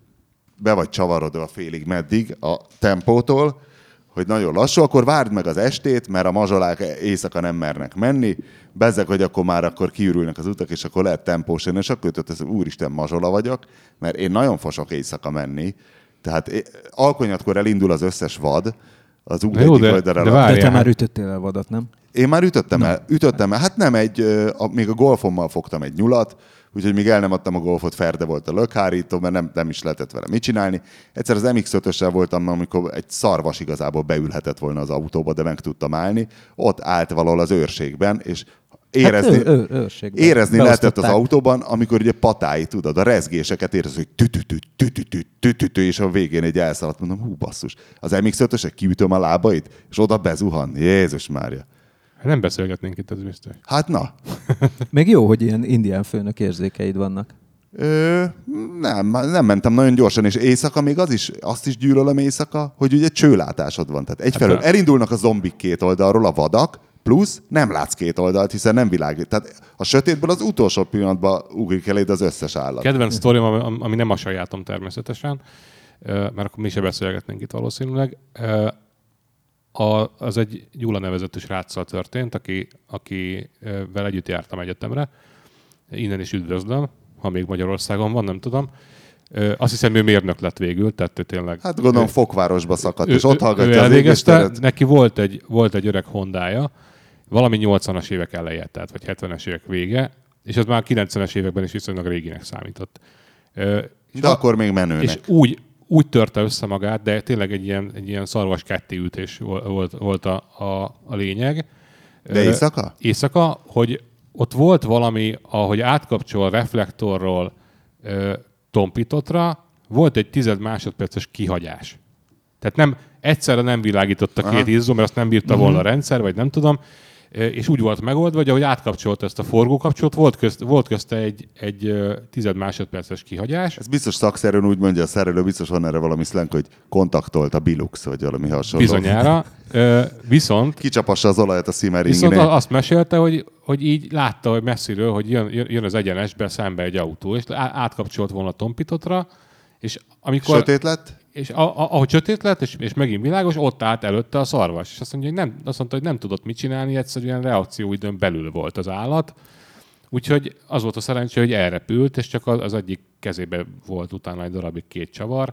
be vagy csavarodva félig meddig a tempótól, hogy nagyon lassú, akkor várd meg az estét, mert a mazsolák éjszaka nem mernek menni, bezzeg, hogy akkor már akkor kiürülnek az utak, és akkor lehet tempós jönni, és akkor jutott, hogy úristen, mazsola vagyok, mert én nagyon fosok éjszaka menni, tehát alkonyatkor elindul az összes vad, az út egyik oldalra. De, de, de te már ütöttél el vadat, nem? Én már ütöttem el, ütöttem el, hát nem egy, a, még a golfommal fogtam egy nyulat, úgyhogy még el nem adtam a golfot, ferde volt a lökhárító, mert nem, nem is lehetett vele mit csinálni. Egyszer az em iksz ötössel voltam, amikor egy szarvas igazából beülhetett volna az autóba, de meg tudtam állni. Ott állt valahol az őrségben, és érezni, hát ő, ő, érezni lehetett az autóban, amikor ugye patái, tudod, a rezgéseket érez, hogy tütütü, tütütü, tütütü, és a végén egy elszaladt, mondom, hú basszus, az em iksz ötösek kiütöm a lábait, és oda bezuhan. Jézus Mária. Nem beszélgetnénk itt, ez biztos. Hát na. Még jó, hogy ilyen indián főnök érzékeid vannak. Ö, nem, nem mentem nagyon gyorsan, és éjszaka még az is, azt is gyűlölöm éjszaka, hogy ugye csőlátásod van. Tehát egyfelől hát, elindulnak a zombik két oldalról, a vadak, plusz nem látsz két oldalt, hiszen nem világít. Tehát a sötétből az utolsó pillanatban ugrik eléd az összes állat. Kedvenc sztorim, ami nem a sajátom természetesen, mert akkor mi se beszélgetnénk itt valószínűleg. a, az egy Gyula nevezetű sráccal történt, aki, akivel együtt jártam egyetemre. Innen is üdvözlöm, ha még Magyarországon van, nem tudom. Azt hiszem, ő mérnök lett végül, tehát tényleg... Hát gondolom ő, Fokvárosba szakadt, ő, és ott hallgatja ő az égésteret. Neki volt egy, volt egy öreg Hondája, valami nyolcvanas évek eleje, tehát vagy hetvenes évek vége, és az már kilencvenes években is viszonylag réginek számított. De a, akkor még menőnek. És úgy, úgy törte össze magát, de tényleg egy ilyen, egy ilyen szarvas kettéütés volt, volt a, a, a lényeg. De éjszaka? Éjszaka, hogy ott volt valami, ahogy átkapcsol reflektorról ö, tompítottra, volt egy tized másodperces kihagyás. Tehát nem, egyszerre nem világította két izzó, mert azt nem bírta uh-huh. volna a rendszer, vagy nem tudom, és úgy volt megoldva, hogy ahogy átkapcsolt ezt a forgókapcsolót, volt, közt, volt közte egy, egy tized másodperces kihagyás. Ez biztos szakszerűen úgy mondja a szerelő, biztos van erre valami szleng, hogy kontaktolt a Bilux, vagy valami hasonló. Bizonyára. Viszont... Kicsapassa az olajat a Simmeringinél. Viszont azt mesélte, hogy, hogy így látta, hogy messziről, hogy jön, jön az egyenesbe szembe egy autó, és átkapcsolt volna a tompítottra, és amikor... Sötét lett? És a, a, ahogy sötét lett, és, és megint világos, ott állt előtte a szarvas. És azt mondja, hogy nem, azt mondta, hogy nem tudott mit csinálni, egyszerűen reakcióidőn belül volt az állat. Úgyhogy az volt a szerencsé, hogy elrepült, és csak az, az egyik kezébe volt utána egy darabig két csavar.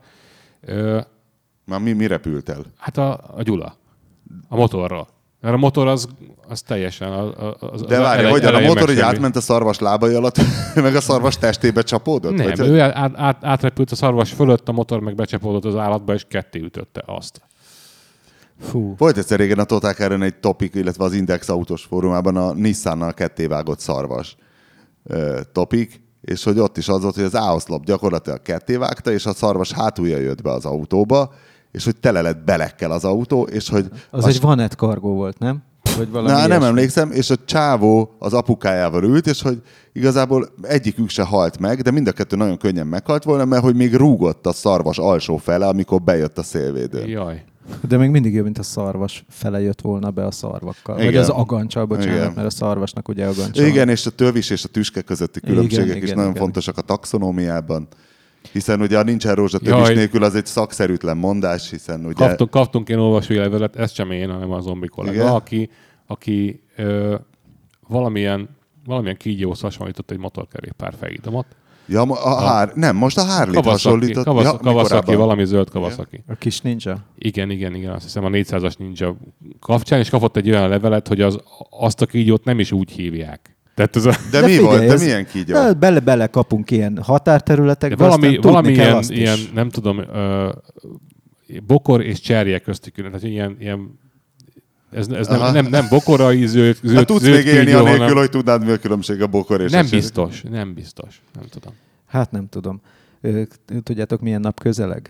Már mi, mi repült el? Hát a, a Gyula. A motorról. Mert a motor az, az teljesen... Az, De várj, elej, hogyan a motor, hogy átment a szarvas lábai alatt, meg a szarvas testébe csapódott? Nem, vagy ő át, át, átrepült a szarvas fölött, a motor meg becsapódott az állatba, és ketté ütötte azt. Fú. Volt egyszer régen a Total Car-en egy topik, illetve az Index autós fórumában a Nissannal kettévágott szarvas uh, topik, és hogy ott is az volt, hogy az áoszlop gyakorlatilag kettévágta, és a szarvas hátulja jött be az autóba, és hogy tele lett belekkel az autó, és hogy... Az, az egy Vanet Cargo volt, nem? Vagy valami Na, nem ilyesmi. emlékszem, és a csávó az apukájával ült, és hogy igazából egyikük se halt meg, de mind a kettő nagyon könnyen meghalt volna, mert hogy még rúgott a szarvas alsó fele, amikor bejött a szélvédőn. Jaj. De még mindig jobb, mint a szarvas fele jött volna be a szarvakkal. Igen. Vagy az agancsal, bocsánat, igen. Mert a szarvasnak ugye agancsal. Igen, és a tövis és a tüske közötti különbségek igen, is igen, nagyon igen. fontosak a taxonómiában. Hiszen ugye a nincsen rózsatövis nélkül az egy szakszerűtlen mondás, hiszen ugye... Kaptunk, kaptunk én olvasói levelet, ez sem én, hanem a zombi kollega, aki, aki ö, valamilyen, valamilyen kígyóhoz hasonlított egy motorkerékpár fejídomot. Ja, a, a hár, nem, most a Harley-t hasonlított. Kawasaki, ja, Kawasaki valami zöld Kawasaki. A kis ninja? Igen, igen, igen, azt hiszem a négyszázas ninja kapcsán, és kapott egy olyan levelet, hogy az, azt a kígyót nem is úgy hívják. Tehát ez a... De, de mi figyelj, volt? De milyen kígyó? Bele-bele kapunk ilyen határterületekbe, valami, valami ilyen, ilyen, nem tudom, uh, bokor és cserje közti külön. Tehát ilyen, ilyen ez, ez nem, nem, nem bokorai zöld, zöld, tudsz zöld még élni kígyó, anélkül, hanem... hogy tudnád, mi a különbség a bokor és nem a biztos, nem biztos, nem tudom. Hát nem tudom. Tudjátok, milyen nap közeleg?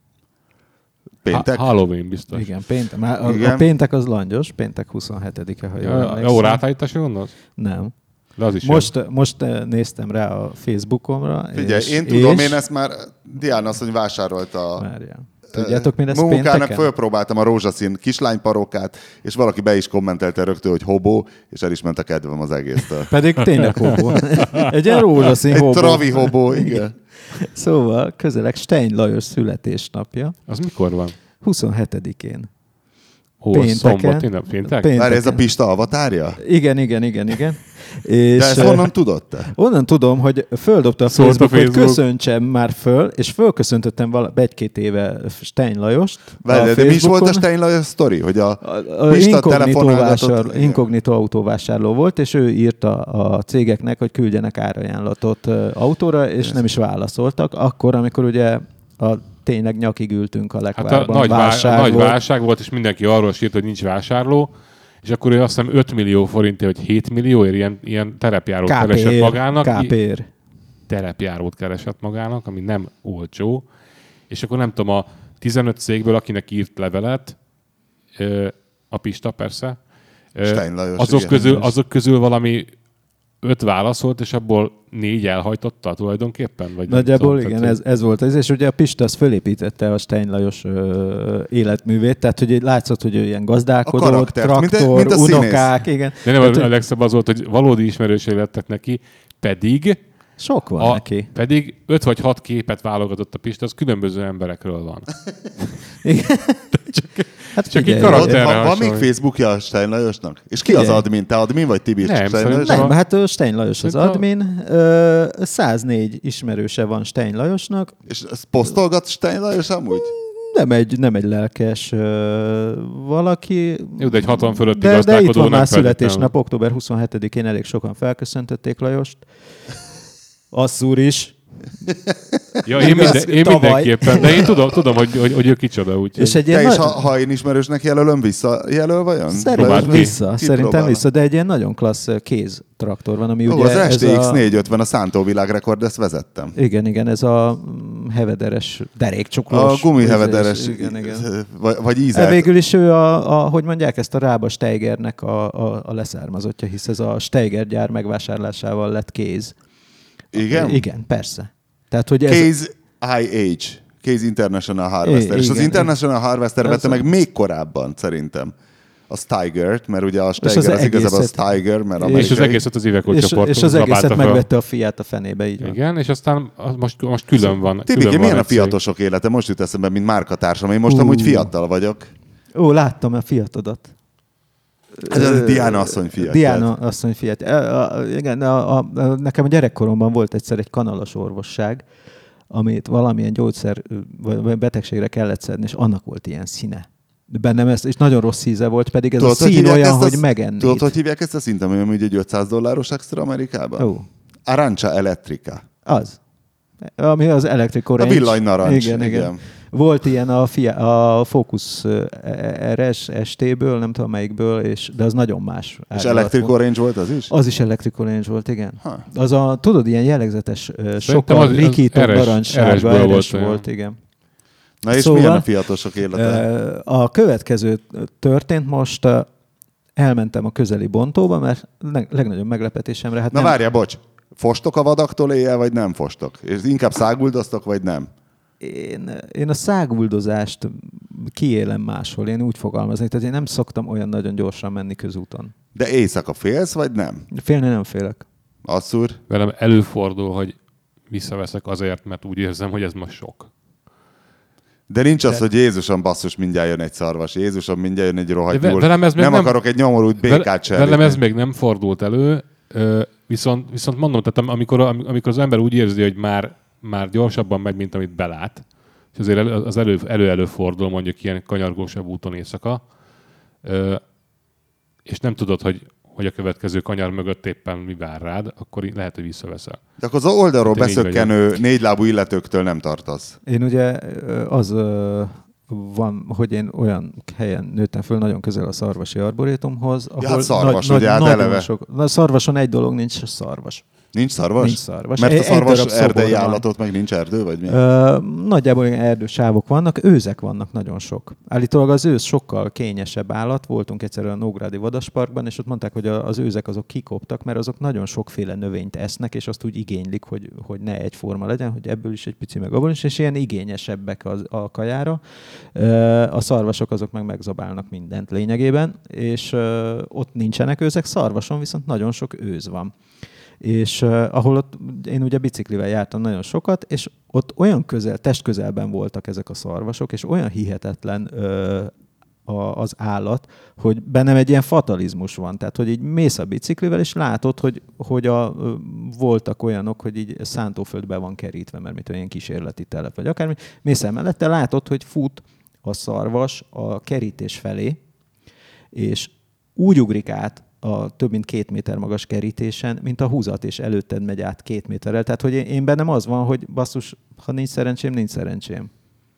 Péntek? Ha- Halloween biztos. Igen, péntek. Már a, Igen. a péntek az langyos, péntek huszonhetedike, ha jól emlékszem. Jó, rátállításra gondolsz? Nem. De az is most, most néztem rá a Facebookomra. Figyelj, és, én tudom, és... én ezt már Diana asszony vásárolta. Várjál. Tudjátok, mi lesz munkának pénteken? fölpróbáltam a rózsaszín kislányparókát, és valaki be is kommentelte rögtön, hogy hobó, és el is ment a kedvem az egésztől. Pedig tényleg hobó. Egy ilyen rózsaszín Egy hobó. Egy travi hobó, igen. Szóval közeleg Stein Lajos születésnapja. Az mikor van? huszonhetedikén. Ó, szombat, tényleg, péntek? Már ez a Pista avatárja? Igen, igen, igen, igen. És de ezt honnan tudod te? Onnan tudom, hogy földobta a Facebook, hogy köszöntsem már föl, és fölköszöntöttem vala, egy-két éve Stein Lajost. Várj, de mi is volt a Stein Lajos sztori? Hogy a, a, a Pista telefonálgatott... Inkognitó autóvásárló volt, és ő írta a cégeknek, hogy küldjenek árajánlatot autóra, és nem is válaszoltak. Akkor, amikor ugye a tényleg nyakig ültünk a lekvárban. Hát a nagy, válság, nagy válság volt, és mindenki arról sírt, hogy nincs vásárló, és akkor ő azt hiszem öt millió forintért, vagy hét millióért ilyen, ilyen terepjárót Ká Pé ér, keresett magának. Ká Pé ér. Terepjárót keresett magának, ami nem olcsó. És akkor nem tudom, a tizenöt cégből, akinek írt levelet, a Pista persze, Lajos, azok, igen, közül, azok közül valami öt válaszolt, és abból négy elhajtotta tulajdonképpen? Vagy nagyjából igen, ez, ez volt ez, és ugye a Pista az fölépítette a Stein Lajos ö, életművét, tehát hogy látszott, hogy ő ilyen gazdálkodó, traktor, mint a, mint unokák, igen. De nem, tehát, a legszebb az volt, hogy valódi ismerőség lettek neki, pedig Sok van a, neki. Pedig öt vagy hat képet válogatott a Pista, az különböző emberekről van. csak hát csak egy karakterre Van, van még hasonlít. Facebookja a Stein Lajosnak? És ki Figyelj. az admin? Te admin vagy Tibi? Nem, Stein Lajos? Nem, a- hát Stein Lajos az Szerintem a- admin, ö, száznégy ismerőse van Stein Lajosnak, És ezt posztolgat Stein Lajos amúgy? nem egy, nem egy lelkes ö, valaki. Jó, de egy hatvan fölötti de, de itt gazdálkodó van nem már feltétlenül. születésnap, október huszonhetedikén elég sokan felköszöntötték Lajost. Asszúr is. Ja, én, minden, én Tavaly. mindenképpen, de én tudom, tudom hogy, hogy, hogy ő kicsoda. Úgy, És egy Te ilyen is, nagy- ha, ha én ismerősnek jelölöm, visszajelöl vajon? Szerintem Próbáld ki. vissza, Ki szerintem próbálna? vissza, de egy ilyen nagyon klassz kéz traktor van, ami Ó, ugye az ez es té iksz a... négyszázötven a szántó világrekord, ezt vezettem. Igen, igen, ez a mm, hevederes, derékcsuklós. A gumihevederes, Igen, igen. vagy, vagy E, ízelt. végül is ő a, a, hogy mondják, ezt a Rába Steigernek a, a, a leszármazottja, hisz ez a Steiger gyár megvásárlásával lett kéz. Igen? Igen, persze. Tehát, hogy ez... Case I H. Case International Harvester. I- és az igen, International Harvester Ez vette a- meg még korábban, szerintem. A Steigert, mert ugye a az Steiger az, igazából a egészet- Steiger, mert és az amerikai. egészet az Iveco és, csoport és az zabálta egészet fel. megvette a Fiat a fenébe, így van. Igen, és aztán az most, most külön van. Tibiki, külön milyen van a egy cég. fiatosok élete? Most jut eszembe, mint márkatársam. Én most Ú. amúgy fiatal vagyok. Ó, láttam a Fiatodat. Ez a Diana asszony fiat. Diana asszony fiat. A, a, igen, a, a, a, nekem a gyerekkoromban volt egyszer egy kanalas orvosság, amit valamilyen gyógyszer vagy betegségre kellett szedni, és annak volt ilyen színe. Bennem ez, és nagyon rossz íze volt, pedig ez Tudod, a hogy szín hívják olyan, ezt a- hogy megennéd. Tudod, hogy hívják ezt a szinten, hogy amúgy egy ötszáz dolláros extra Amerikában? Ó, Arancia Electrica. az. Ami az Electric A Orange. villanynarancs. Igen, igen. igen. Volt ilyen a, fia, a Focus er es es té-ből, nem tudom melyikből, és, de az nagyon más. És árnyalat Electric volt. Orange volt az is? Az is Electric Orange volt, igen. Ha. Az a, tudod, ilyen jellegzetes, ö, Szerintem sokkal az- az rikított er es narancssárga, er esből er es volt volt, olyan. igen. Na és Szóval, milyen a fiatosok élete? Ö, A következő történt most, ö, elmentem a közeli bontóba, mert leg- legnagyobb meglepetésemre, hát Na nem, várjál, bocs. Fostok a vadaktól éjjel, vagy nem fostok? És inkább száguldoztok, vagy nem? Én, én a száguldozást kiélem máshol, én úgy fogalmaznék, tehát én nem szoktam olyan nagyon gyorsan menni közúton. De éjszaka félsz, vagy nem? Félni nem félek. Asszúr? Velem előfordul, hogy visszaveszek azért, mert úgy érzem, hogy ez most sok. De nincs az, De- hogy Jézusom basszus, mindjárt jön egy szarvas. Jézusom, mindjárt jön egy De rohadt ve- nyúl. velem ez még Nem nem- akarok egy nyomorult békát sem. Velem ez még nem fordult elő, ö, viszont, viszont mondom, tehát am- amikor, am- amikor az ember úgy érzi, hogy már, már gyorsabban megy, mint amit belát, és azért elő, az elő, elő-elő fordul mondjuk ilyen kanyargósabb úton éjszaka, ö, és nem tudod, hogy, hogy a következő kanyar mögött éppen mi vár rád, akkor így lehet, hogy visszaveszel. De akkor az oldalról Hát én így beszökkenő négylábú illetőktől nem tartasz. Én ugye ö, az ö, van, hogy én olyan helyen nőttem föl, nagyon közel a szarvasi arborétumhoz, ahol hát szarvas, nagy, ugye, hát nagyon eleve. sok, na, szarvason egy dolog nincs, szarvas. Nincs szarvas? Nincs szarvas. Mert Egy- a egy szarvas darab erdei szobor van. állatot meg nincs erdő, vagy mi? Ö, nagyjából ilyen erdősávok vannak, őzek vannak nagyon sok. Állítólag az őz sokkal kényesebb állat. Voltunk egyszer a Nógrádi Vadasparkban, és ott mondták, hogy a- az őzek azok kikoptak, mert azok nagyon sokféle növényt esznek, és azt úgy igénylik, hogy, hogy ne egyforma legyen, hogy ebből is egy pici, meg abból is, és ilyen igényesebbek az, a kajára. Ö, a szarvasok azok meg megzabálnak mindent lényegében, és ö, ott nincsenek őzek, szarvason viszont nagyon sok őz van. És uh, ahol ott én ugye biciklivel jártam nagyon sokat, és ott olyan közel, testközelben voltak ezek a szarvasok, és olyan hihetetlen uh, a, az állat, hogy bennem egy ilyen fatalizmus van. Tehát, hogy így mész a biciklivel, és látod, hogy, hogy a, uh, voltak olyanok, hogy így szántóföldbe van kerítve, mert mit olyan kísérleti telep, vagy akármi. Mész el mellette, látod, hogy fut a szarvas a kerítés felé, és úgy ugrik át a több mint két méter magas kerítésen, mint a húzat, és előtted megy át két méterrel. Tehát, hogy én, én bennem az van, hogy basszus, ha nincs szerencsém, nincs szerencsém.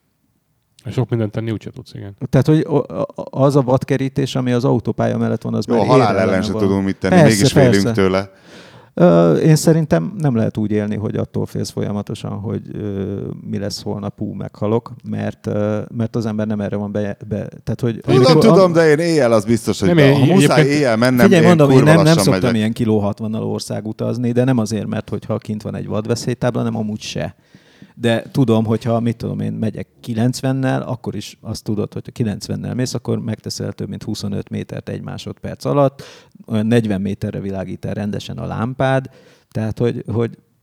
Sok mindent tenni úgyse tudsz, igen. Tehát, hogy az a vadkerítés, ami az autópálya mellett van, az Jó, már a halál érre ellen lenne se valami. tudunk mit tenni, Persze, mégis persze. félünk tőle. Ö, Én szerintem nem lehet úgy élni, hogy attól félsz folyamatosan, hogy ö, mi lesz holnap, ú, meghalok, mert, ö, mert az ember nem erre van be... be tehát, hogy Tudom, amikor- tudom, de én éjjel az biztos, hogy Nem, be, én ha muszáj egyébként- éjjel mennem, Figyelj, én mondom, én kurva nem, nem lassan szoktam megyek. ilyen kiló hatvannal ország utazni, de nem azért, mert hogyha kint van egy vadveszélytábla, nem amúgy se. De tudom, hogyha, mit tudom én, megyek kilencvennel, akkor is azt tudod, hogy ha kilencvennel mész, akkor megteszel több mint huszonöt métert egy másodperc alatt, olyan negyven méterre világít el rendesen a lámpád, tehát, hogy, hogy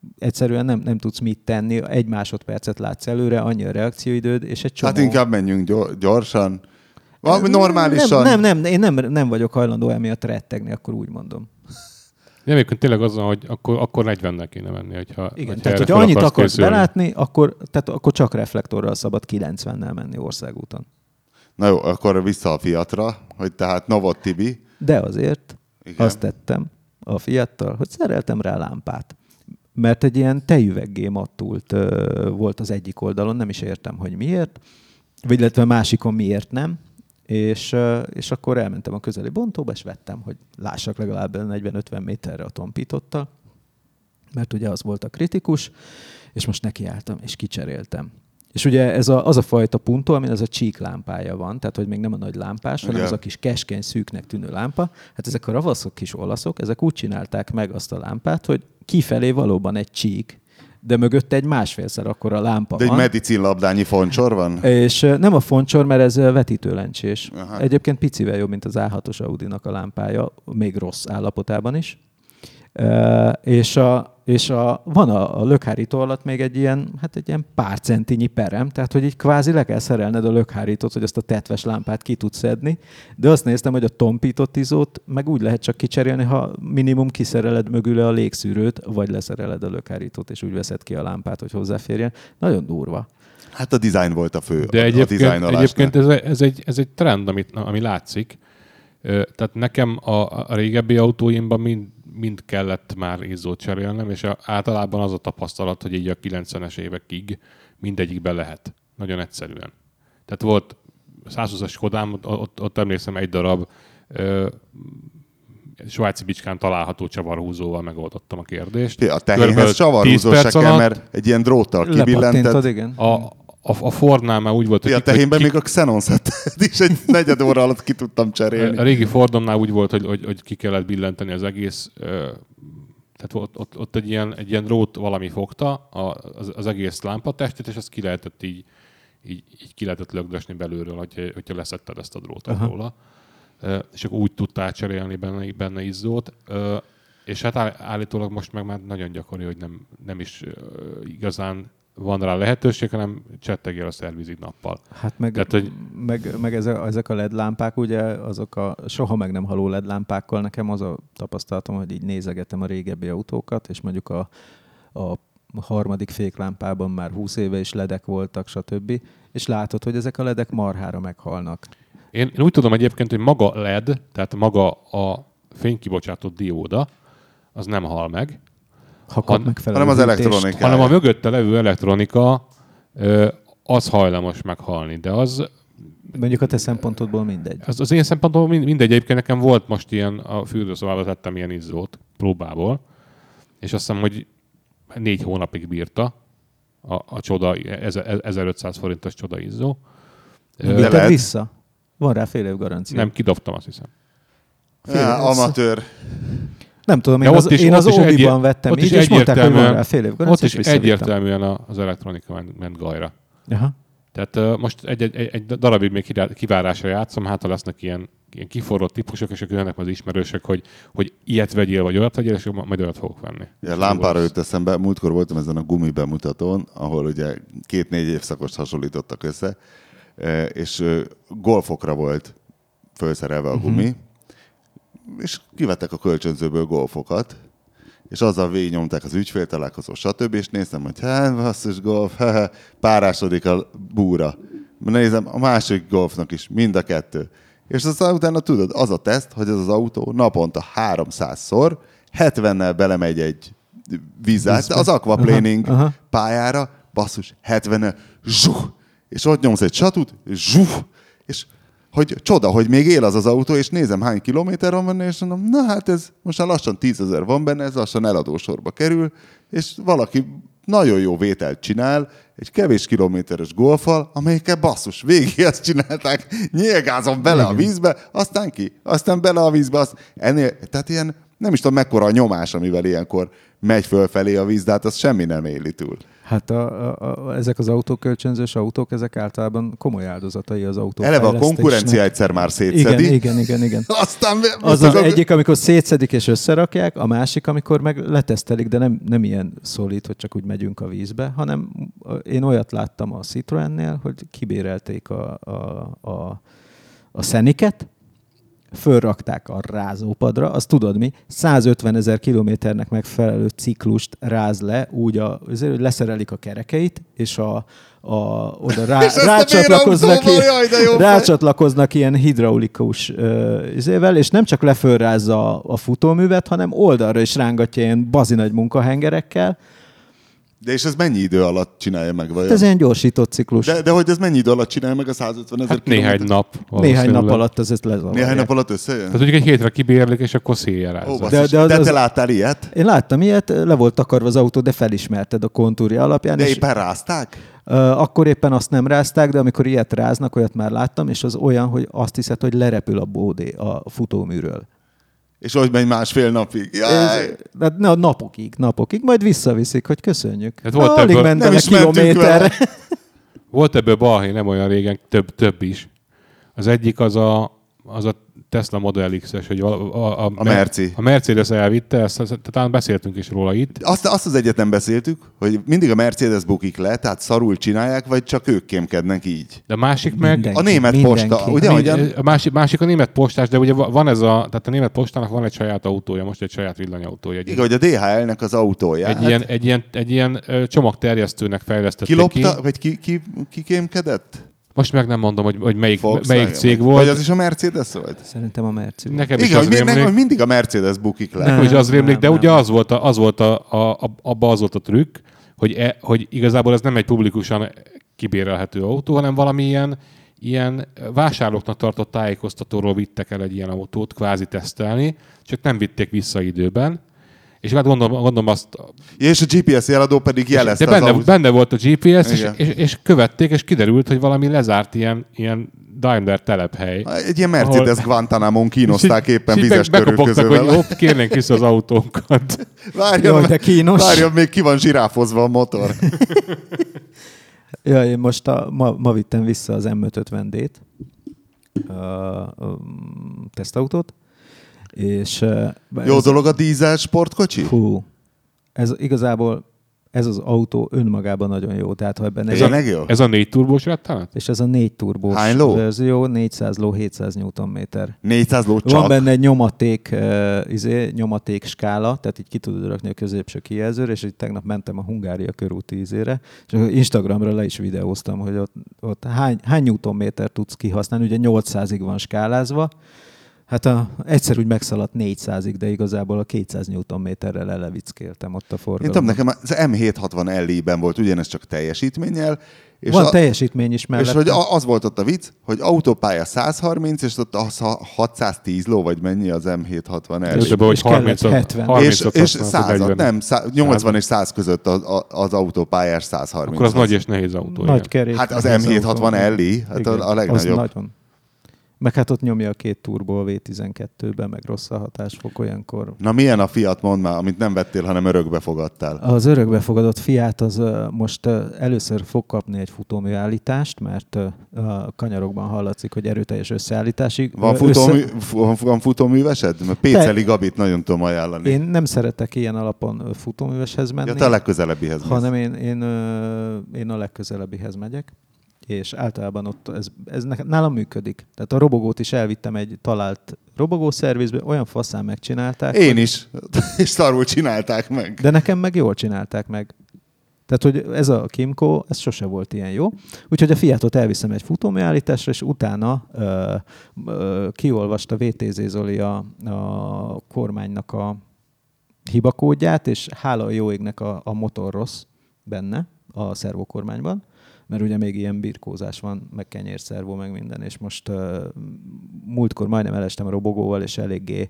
egyszerűen nem, nem tudsz mit tenni, egy másodpercet látsz előre, annyi a reakcióidőd, és egy csomó... Hát inkább menjünk gyorsan. Valami normálisan. Nem, nem, nem, én nem, nem vagyok hajlandó emiatt rettegni, akkor úgy mondom. De egyébként tényleg az, hogy akkor, akkor negyvennel kéne menni, hogyha... Igen, hogyha tehát hogyha annyit akarsz készülni. belátni, akkor, tehát akkor csak reflektorral szabad kilencvennel menni országúton. Na jó, akkor vissza a Fiatra, hogy tehát Novot Tibi. De azért igen. azt tettem a Fiattal, hogy szereltem rá lámpát. Mert egy ilyen tejüveggé mattult volt az egyik oldalon, nem is értem, hogy miért, vagy illetve másikon miért nem. És, és akkor elmentem a közeli bontóba, és vettem, hogy lássak legalább negyven-ötven méterre a tompítottal, mert ugye az volt a kritikus, és most nekiálltam, és kicseréltem. És ugye ez a, az a fajta puntó, amin az a csíklámpája van, tehát hogy még nem a nagy lámpás, hanem az a kis keskeny, szűknek tűnő lámpa. Hát ezek a ravaszok kis olaszok, ezek úgy csinálták meg azt a lámpát, hogy kifelé valóban egy csík, de mögötte egy másfélszer akkora lámpa de van. De egy medicinlabdányi foncsor van? És nem a foncsor, mert ez vetítőlencsés. Aha. Egyébként picivel jobb, mint az á hatos Audinak a lámpája, még rossz állapotában is. Uh, és a, és a, van a, a lökhárító alatt még egy ilyen, hát egy ilyen pár centinyi perem, tehát hogy így kvázi le kell szerelned a lökhárítót, hogy azt a tetves lámpát ki tudsz szedni, de azt néztem, hogy a tompított izót meg úgy lehet csak kicserélni, ha minimum kiszereled mögüle a légszűrőt, vagy leszereled a lökhárítót, és úgy veszed ki a lámpát, hogy hozzáférjen. Nagyon durva. Hát a design volt a fő. De a, egyébként, a egyébként ez, ez, egy, ez egy trend, amit, ami látszik. Tehát nekem a, a régebbi autóimban mind mind kellett már izzót cserélnem, és általában az a tapasztalat, hogy így a kilencvenes évekig mindegyikben lehet. Nagyon egyszerűen. Tehát volt százhúszas Skodám, ott, ott emlékszem egy darab ö, svájci bicskán található csavarhúzóval megoldottam a kérdést. A tehénhez csavarhúzó se kell, mert egy ilyen dróttal kibillentett. Igen. A, A, a Fordnál már úgy volt, hogy... A tehénben ki... még a Xenon szettet is egy negyed óra alatt ki tudtam cserélni. A régi Fordomnál úgy volt, hogy, hogy, hogy ki kellett billenteni az egész... Tehát ott, ott, ott egy, ilyen, egy ilyen drót valami fogta az, az egész lámpatestet, és azt ki lehetett így, így, így ki lehetett lögdösni belülről, hogyha, hogyha leszetted ezt a drótot Aha. róla. És akkor úgy tudtál cserélni benne, benne izzót. És hát állítólag most meg már nagyon gyakori, hogy nem, nem is igazán van rá lehetőség, hanem csettegél a szervizig nappal. Hát meg, Tehát, hogy... meg, meg ezek a led lámpák, ugye azok a soha meg nem haló led lámpákkal, nekem az a tapasztalatom, hogy így nézegetem a régebbi autókat, és mondjuk a, a harmadik féklámpában már húsz éve is ledek voltak, stb. És látod, hogy ezek a ledek marhára meghalnak. Én, én úgy tudom egyébként, hogy maga led, tehát maga a fénykibocsátott dióda, az nem hal meg, Ha Han, hanem az elektronika. Hanem a mögötte levő elektronika az hajlamos meghalni, de az... Mondjuk a te szempontodból mindegy. Az, az én szempontból mindegy. Egyébként nekem volt most ilyen, a fürdőszobába tettem ilyen izzót próbából, és azt hiszem, hogy négy hónapig bírta a, a csoda, ezerötszáz forintos csoda izzó. Vitted vissza? Van rá fél év garancia. Nem, kidobtam, azt hiszem. Ja, amatőr. Nem tudom, én ja, az, is, én az Óbiban vettem így, és mondták, hogy van rá fél év garancia, ott is egyértelműen az elektronika ment, ment gajra. Aha. Tehát uh, most egy, egy, egy darabig még kivárásra játszom, hát ha lesznek ilyen, ilyen kiforrott típusok, és akkor jönnek az ismerősök, hogy, hogy ilyet vegyél, vagy olyat vegyél, és majd olyat fogok venni. Ja, lámpára jött eszembe, múltkor voltam ezen a gumi bemutatón, ahol ugye két-négy évszakost hasonlítottak össze, és golfokra volt felszerelve a gumi, uh-huh. és kivettek a kölcsönzőből golfokat, és azzal végignyomták az ügyféltalálkozó, stb. És néztem, hogy hát, basszus golf, he, párásodik a búra. Nézem, a másik golfnak is, mind a kettő. És aztán utána tudod, az a teszt, hogy ez az autó naponta háromszázszor hetvennel belemegy egy vízzel, az aquaplaning aha, aha. pályára, basszus, hetvennel, zsuh, és ott nyomsz egy satut, zsuh, és hogy csoda, hogy még él az az autó, és nézem, hány kilométer van benne, és mondom, na hát ez most már lassan tízezer van benne, ez lassan eladósorba kerül, és valaki nagyon jó vételt csinál, egy kevés kilométeres golffal, amelyikkel basszus, végig ezt csinálták, nyilgázom bele a vízbe, aztán ki, aztán bele a vízbe, azt, ennél, tehát ilyen, nem is tudom mekkora a nyomás, amivel ilyenkor megy fölfelé a víz, de hát az semmi nem éli túl. Hát a, a, a, ezek az autókölcsönzős autók, ezek általában komoly áldozatai az autók. Eleve a konkurencia egyszer már szétszedi. Igen, igen, igen. igen. Aztán az az egyik, amikor szétszedik és összerakják, a másik, amikor meg letesztelik, de nem, nem ilyen szolid, hogy csak úgy megyünk a vízbe, hanem én olyat láttam a Citroennél, hogy kibérelték a, a, a, a Szeniket, fölrakták a rázópadra, azt tudod mi, százötvenezer kilométernek megfelelő ciklust ráz le, úgy, a, azért, hogy leszerelik a kerekeit, és a, a, oda rá, rácsatlakoznak, ilyen, rácsatlakoznak ilyen hidraulikus uh, izével, és nem csak lefölrázza a, a futóművet, hanem oldalra is rángatja ilyen bazinagy munkahengerekkel. De és ez mennyi idő alatt csinálja meg vajon? Ez ilyen gyorsított ciklus. De, de hogy ez mennyi idő alatt csinálja meg a százötvenezer hát néhány nap. Néhány nap alatt ez ezt lezavarják. Néhány nap alatt összejön? Tehát mondjuk egy hétre kibérlik, és akkor széjjel rázza. De, de, az, de te az, láttál ilyet? Én láttam ilyet, le volt takarva az autó, de felismerted a kontúrja alapján. De és éppen rázták? Uh, akkor éppen azt nem rázták, de amikor ilyet ráznak, olyat már láttam, és az olyan, hogy azt hiszed, hogy lerepül a bódé a futóműről. És hogy megy másfél napig. Jaj. De na, napokig, napokig, majd visszaviszik, hogy köszönjük. Hát volt alig ebből, mentenek kilométerre. Volt ebből balhé, nem olyan régen, több, több is. Az egyik az a, az a Tesla Model X-es, hogy a, a, a, a, Merci. a Mercedes elvitte, ezt, ezt, talán beszéltünk is róla itt. Azt, azt az egyet nem beszéltük, hogy mindig a Mercedes bukik le, tehát szarul csinálják, vagy csak ők kémkednek így. De a másik meg... Mindenki, a német mindenki. posta, ugye? A, Hogyan? a másik, másik a német postás, de ugye van ez a... Tehát a német postának van egy saját autója, most egy saját villanyautója. Egy igen, hogy a dé há el-nek az autója. Egy, hát, ilyen, egy ilyen, egy ilyen csomagterjesztőnek fejlesztették ki. Kilopta, vagy ki, ki, ki kémkedett? Most meg nem mondom, hogy, hogy melyik, melyik cég volt. Vagy az is a Mercedes volt? Szerintem a Mercedes. Nekem igen, is az hogy rémlik. meg, mindig a Mercedes bukik le. Nekem is az rémlik, de nem, ugye nem. az volt, a, az volt a, a, a, abba az volt a trükk, hogy, e, hogy igazából ez nem egy publikusan kibérelhető autó, hanem valami ilyen, ilyen vásárlóknak tartott tájékoztatóról vittek el egy ilyen autót kvázi tesztelni, csak nem vitték vissza időben. És hát gondolom, gondolom azt... Ja, és a gé pé es jeladó pedig jelezte de benne, az autó. benne volt a gé pé es, és, és, és követték, és kiderült, hogy valami lezárt ilyen, ilyen Daimler telephely. Egy ilyen Mercedes ahol... Guantanamon kínozták éppen vizes körül közövel. Hogy hopp, kérnénk vissza az autónkat. Várjon, Jaj, de kínos. Várjon, még ki van zsiráfozva a motor. Ja, én most a, ma, ma vittem vissza az em ötszázötven dét, a, a tesztautót, és... Jó ez, dolog a dízel sportkocsi? Fú, ez igazából ez az autó önmagában nagyon jó. Tehát, ha ebben ez, a, jó? ez a négy turbós rettenet? És ez a négy turbós Hány ló? verzió, négyszáz ló, hétszáz Newtonméter. négyszáz ló csak? Van benne egy nyomaték, uh, izé, nyomaték skála, tehát így ki tudod rakni a középső kijelzőre, és így tegnap mentem a Hungária körúti izére, és Instagramra le is videóztam, hogy ott, ott hány, hány Newtonméter tudsz kihasználni, ugye nyolcszázig van skálázva. Hát a, egyszer úgy megszaladt négyszázig, de igazából a kétszáz Newtonméterrel elevickéltem ott a forgalomban. Én tudom, nekem az em hétszázhatvan el-ben volt ugyanez csak teljesítménnyel. És van a, teljesítmény is mellett. És hogy az volt ott a vicc, hogy autópálya száz harminc, és ott az hatszáztíz ló, vagy mennyi az em hétszázhatvan el. És, és harminc, hetven. És, és százat, nem, nyolcvan és száz között az, az autópályás száz harminc. Akkor az nagy és nehéz autó. Nagy kerék. Hát az em hétszázhatvan el-i, hát a, a legnagyobb. Az nagyon. Meg hát ott nyomja a két turbo a vé tizenkettőben, meg rossz a hatásfok olyankor. Na milyen a Fiat, mondd már, amit nem vettél, hanem örökbe fogadtál? Az örökbefogadott Fiat az uh, most uh, először fog kapni egy futómű állítást, mert uh, a kanyarokban hallatszik, hogy erőteljes összeállításig. Van, futómű, össze... van futóművesed? Mert Péceli Gabit nagyon tudom ajánlani. Én nem szeretek ilyen alapon futóműveshez menni. Ja, te a legközelebbihez mész. Hanem én, én, uh, én a legközelebbihez megyek. És általában ott ez, ez nálam működik. Tehát a robogót is elvittem egy talált robogószervizbe, olyan faszán megcsinálták. Én is. És szarul csinálták meg. De nekem meg jól csinálták meg. Tehát, hogy ez a Kimco, ez sose volt ilyen jó. Úgyhogy a Fiatot elviszem egy futóműállításra, és utána ö, ö, kiolvasta vé té zé Zoli a, a kormánynak a hibakódját, és hála a jó égnek a, a motor rossz benne, a szervokormányban, mert ugye még ilyen birkózás van, meg kenyérszervó, meg minden, és most uh, múltkor majdnem elestem a robogóval, és eléggé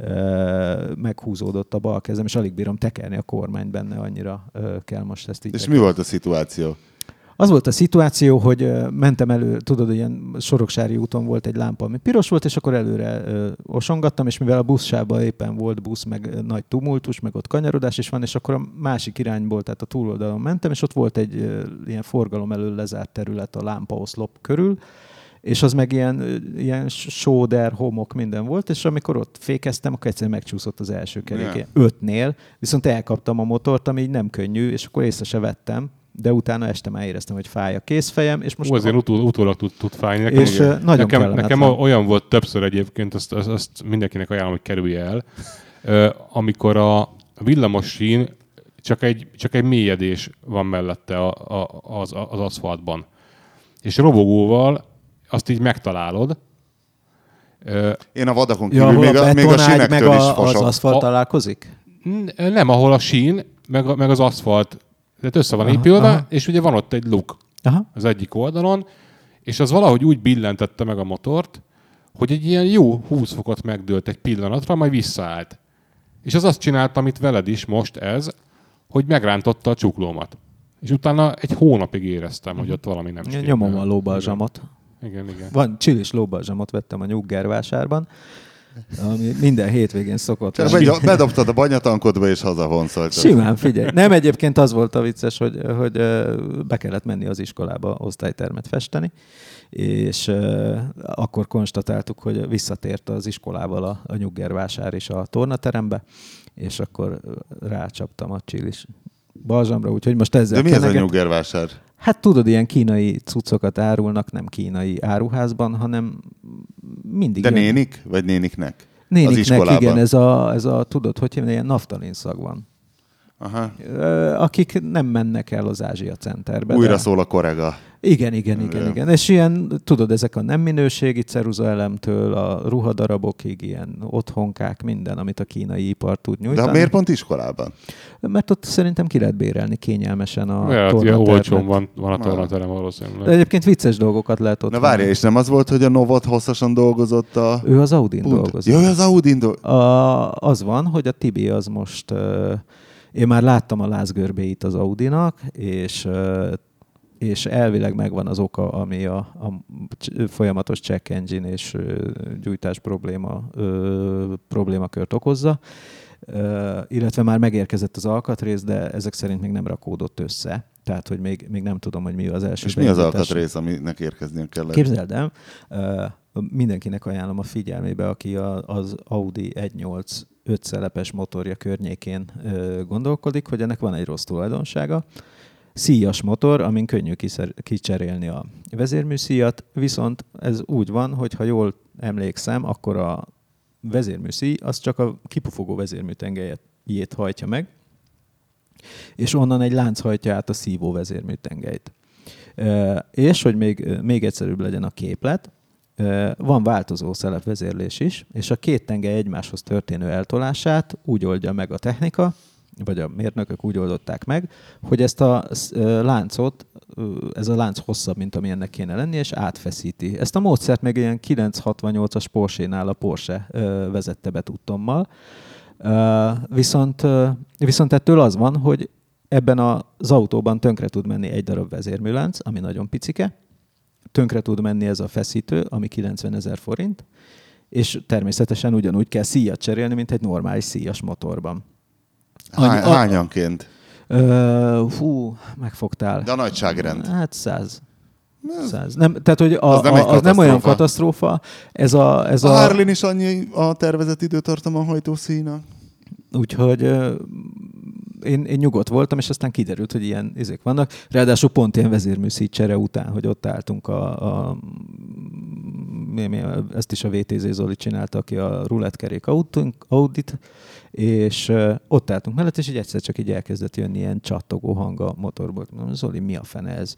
uh, meghúzódott a bal kezem, és alig bírom tekerni a kormányt benne, annyira uh, kell most ezt így. És tekerni. mi volt a szituáció? Az volt a szituáció, hogy mentem elő, tudod, ilyen Soroksári úton volt egy lámpa, ami piros volt, és akkor előre ö, osongattam, és mivel a buszsában éppen volt busz, meg nagy tumultus, meg ott kanyarodás is van, és akkor a másik irányból, tehát a túloldalon mentem, és ott volt egy ö, ilyen forgalom elől lezárt terület a lámpaoszlop körül, és az meg ilyen, ilyen sóder, homok, minden volt, és amikor ott fékeztem, akkor egyszerűen megcsúszott az első kerék. Yeah. Ötnél, viszont elkaptam a motort, ami így nem könnyű, és akkor észre se vettem, de utána este már éreztem, hogy fáj a kézfejem. És most Ó, azért utól, utólag tud, tud fájni. Nekem, és nagyon nekem, nekem olyan volt többször egyébként, azt, azt, azt mindenkinek ajánlom, hogy kerülje el, amikor a villamos sín csak egy, csak egy mélyedés van mellette a, a, az, az aszfaltban. És robogóval azt így megtalálod. Én a vadakon kívül ja, még, a a, még a sínektől meg a, is fasok. Az aszfalt a... találkozik? Nem, ahol a sín, meg, a, meg az aszfalt, tehát össze van épülve, és ugye van ott egy luk aha. az egyik oldalon, és az valahogy úgy billentette meg a motort, hogy egy ilyen jó húsz fokot megdőlt egy pillanatra, majd visszaállt. És az azt csinálta, amit veled is most ez, hogy megrántotta a csuklómat. És utána egy hónapig éreztem, hogy ott valami nem stimmel. Nyomom a lóbalzsamot. Igen, igen. Van csilis lóbalzsamot vettem a Nyugger vásárban, ami minden hétvégén szokott. Csak bedobtad a banyatankodba és hazahonszoltad. Simán, figyelj. Nem, egyébként az volt a vicces, hogy, hogy be kellett menni az iskolába osztálytermet festeni, és uh, akkor konstatáltuk, hogy visszatért az iskolával a, a Nyugger vásár és a tornaterembe, és akkor rácsaptam a csilis balzsamra, úgyhogy most ezzel... De mi keneget... ez a Nyugger vásár? Hát tudod, ilyen kínai cuccokat árulnak, nem kínai áruházban, hanem mindig... De jön... nénik? Vagy néniknek? Néniknek, igen, ez a, ez a, tudod, hogy ilyen naftalin szag van. Aha. Akik nem mennek el az Ázsia Centerbe. Újra de... szól a korega. Igen, igen, igen, igen, igen. És ilyen, tudod, ezek a nem minőségi ceruzaelemtől a ruhadarabokig, ilyen otthonkák, minden, amit a kínai ipar tud nyújtani. De miért pont iskolában? Mert ott szerintem ki lehet bérelni kényelmesen a tornatermet. Ja, olcsón van, van a tornaterem valószínűleg. De egyébként vicces dolgokat lehet ott. Na várja, és nem az volt, hogy a Novot hosszasan dolgozott a... Ő az Audin dolgozott. Jó, az Audin dolgozott. Az van, hogy a Tibi az most... Uh, én már láttam a lázgörbéit az Audinak, és... Uh, és elvileg megvan az oka, ami a, a folyamatos check engine és ö, gyújtás probléma, ö, problémakört okozza, ö, illetve már megérkezett az alkatrész, de ezek szerint még nem rakódott össze. Tehát, hogy még, még nem tudom, hogy mi az első. És mi az alkatrész, aminek érkeznie kellett? Képzeld el, ö, mindenkinek ajánlom a figyelmébe, aki a, az Audi egy nyolc öt szelepes motorja környékén ö, gondolkodik, hogy ennek van egy rossz tulajdonsága. Szíjas motor, amin könnyű kicserélni a vezérműszíjat, viszont ez úgy van, hogy ha jól emlékszem, akkor a vezérműszíj az csak a kipufogó vezérműtengelyét hajtja meg, és onnan egy lánc hajtja át a szívó vezérműtengelyt. És hogy még, még egyszerűbb legyen a képlet, van változó szelepvezérlés is, és a két tengely egymáshoz történő eltolását úgy oldja meg a technika, vagy a mérnökök úgy oldották meg, hogy ezt a láncot, ez a lánc hosszabb, mint ami ennek kéne lenni, és átfeszíti. Ezt a módszert még ilyen kilenc hatvannyolcas Porsche-nál a Porsche vezette be tudtommal. Viszont, viszont ettől az van, hogy ebben az autóban tönkre tud menni egy darab vezérműlánc, ami nagyon picike, tönkre tud menni ez a feszítő, ami kilencvenezer forint, és természetesen ugyanúgy kell szíjat cserélni, mint egy normális szíjas motorban. Hány, hányanként? Uh, hú, megfogtál. De a nagyságrend? Hát száz. száz. Nem, tehát, hogy a, az nem, a, az nem olyan katasztrófa. Ez a, ez a, a Harley-n is annyi a tervezett időtartam a hajtószíjnak. Úgyhogy uh, én, én nyugodt voltam, és aztán kiderült, hogy ilyen izék vannak. Ráadásul pont ilyen vezérműszíj csere után, hogy ott álltunk a, a mi, mi, ezt is a vé té zé Zoli csinálta, aki a rulettkerék audit, és uh, ott álltunk mellett, és így egyszer csak így elkezdett jönni ilyen csattogó hang a motorból. Zoli, mi a fene ez?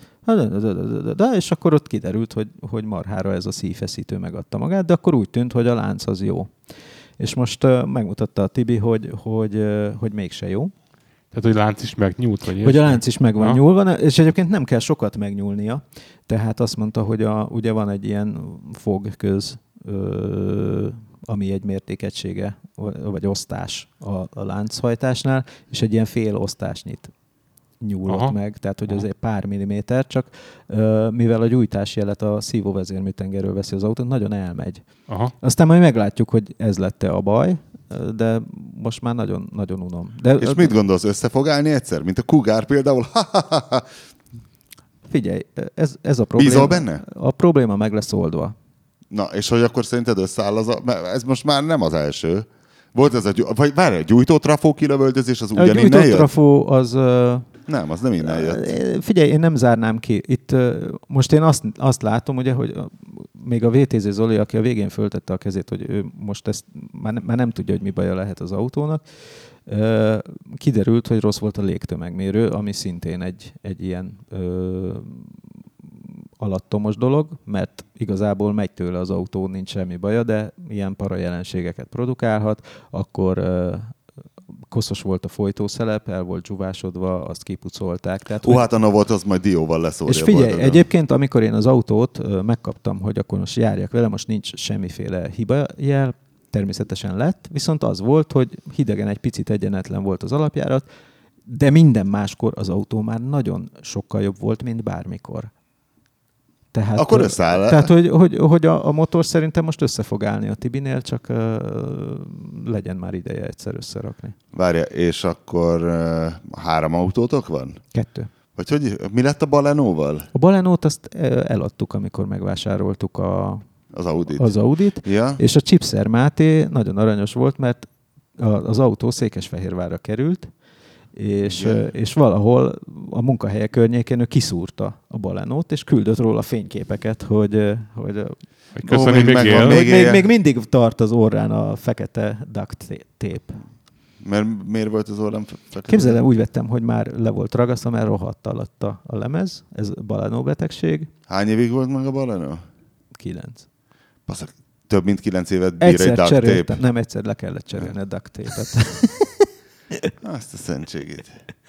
És akkor ott kiderült, hogy, hogy marhára ez a szívfeszítő megadta magát, de akkor úgy tűnt, hogy a lánc az jó. És most uh, megmutatta a Tibi, hogy, hogy, uh, hogy mégse jó. Tehát, hogy lánc is megnyúlt, vagy Hogy a lánc is meg van nyúlva, és egyébként nem kell sokat megnyúlnia. Tehát azt mondta, hogy a, ugye van egy ilyen fogköz, ö, ami egy mértékegysége, vagy osztás a, a lánchajtásnál, és egy ilyen fél osztásnyit nyúlott Aha. meg, tehát hogy Aha. azért pár milliméter, csak uh, mivel a gyújtásjelet a szívóvezérműtengerről veszi az autót, nagyon elmegy. Aha. Aztán majd meglátjuk, hogy ez lett-e a baj, de most már nagyon, nagyon unom. De, És mit gondolsz, össze fog állni egyszer? Mint a Cougar például? Figyelj, ez, ez a probléma. Bízol benne? A probléma meg lesz oldva. Na, és hogy akkor szerinted összeáll az a... Mert ez most már nem az első. Volt ez a... Gyú... Vagy várj, a gyújtótrafó kilövöldözés az ugyaninnen jött? A gyújtótrafó az... Nem, az nem innen jött. Figyelj, én nem zárnám ki. Itt most én azt, azt látom, ugye, hogy még a vé té zé Zoli, aki a végén föltette a kezét, hogy ő most ezt már nem, már nem tudja, hogy mi baja lehet az autónak, kiderült, hogy rossz volt a légtömegmérő, ami szintén egy, egy ilyen ö, alattomos dolog, mert igazából megy tőle az autó, nincs semmi baja, de ilyen parajelenségeket produkálhat, akkor ö, koszos volt a folytószelep, el volt zsuvásodva, azt kipucolták. Tehát, Ó, hogy... hát a Novot az majd dióval leszórja. És figyelj, boldogán. Egyébként, amikor én az autót ö, megkaptam, hogy akkor most járjak vele, most nincs semmiféle hibajel, természetesen lett, viszont az volt, hogy hidegen egy picit egyenetlen volt az alapjárat, de minden máskor az autó már nagyon sokkal jobb volt, mint bármikor. Tehát, akkor összeáll. Tehát, hogy, hogy, hogy a, a motor szerintem most össze fog állni a Tibinél, csak uh, legyen már ideje egyszer összerakni. Várja, és akkor uh, három autótok van? Kettő. Vagy hogy, mi lett a Balenóval? A Balenót azt eladtuk, amikor megvásároltuk a Az Audit. Az Audit, ja. És a Chipser Máté nagyon aranyos volt, mert az autó Székesfehérvárra került, és, és valahol a munkahelye környékén ő kiszúrta a Balenót, és küldött róla fényképeket, hogy, hogy Köszönöm, még, még, még, még, még, még mindig tart az orrán a fekete duct tape. Mert miért volt az orrám fekete? Képzeld el, úgy vettem, hogy már le volt ragasztva, mert rohadt alatta a lemez, ez Balenó betegség. Hány évig volt meg a Balenó? Kilenc. Baszak, több mint kilenc évet bír egyszer egy duct tape. Nem, egyszer le kellett cserélni a duct tape-et. Azt a szentségét.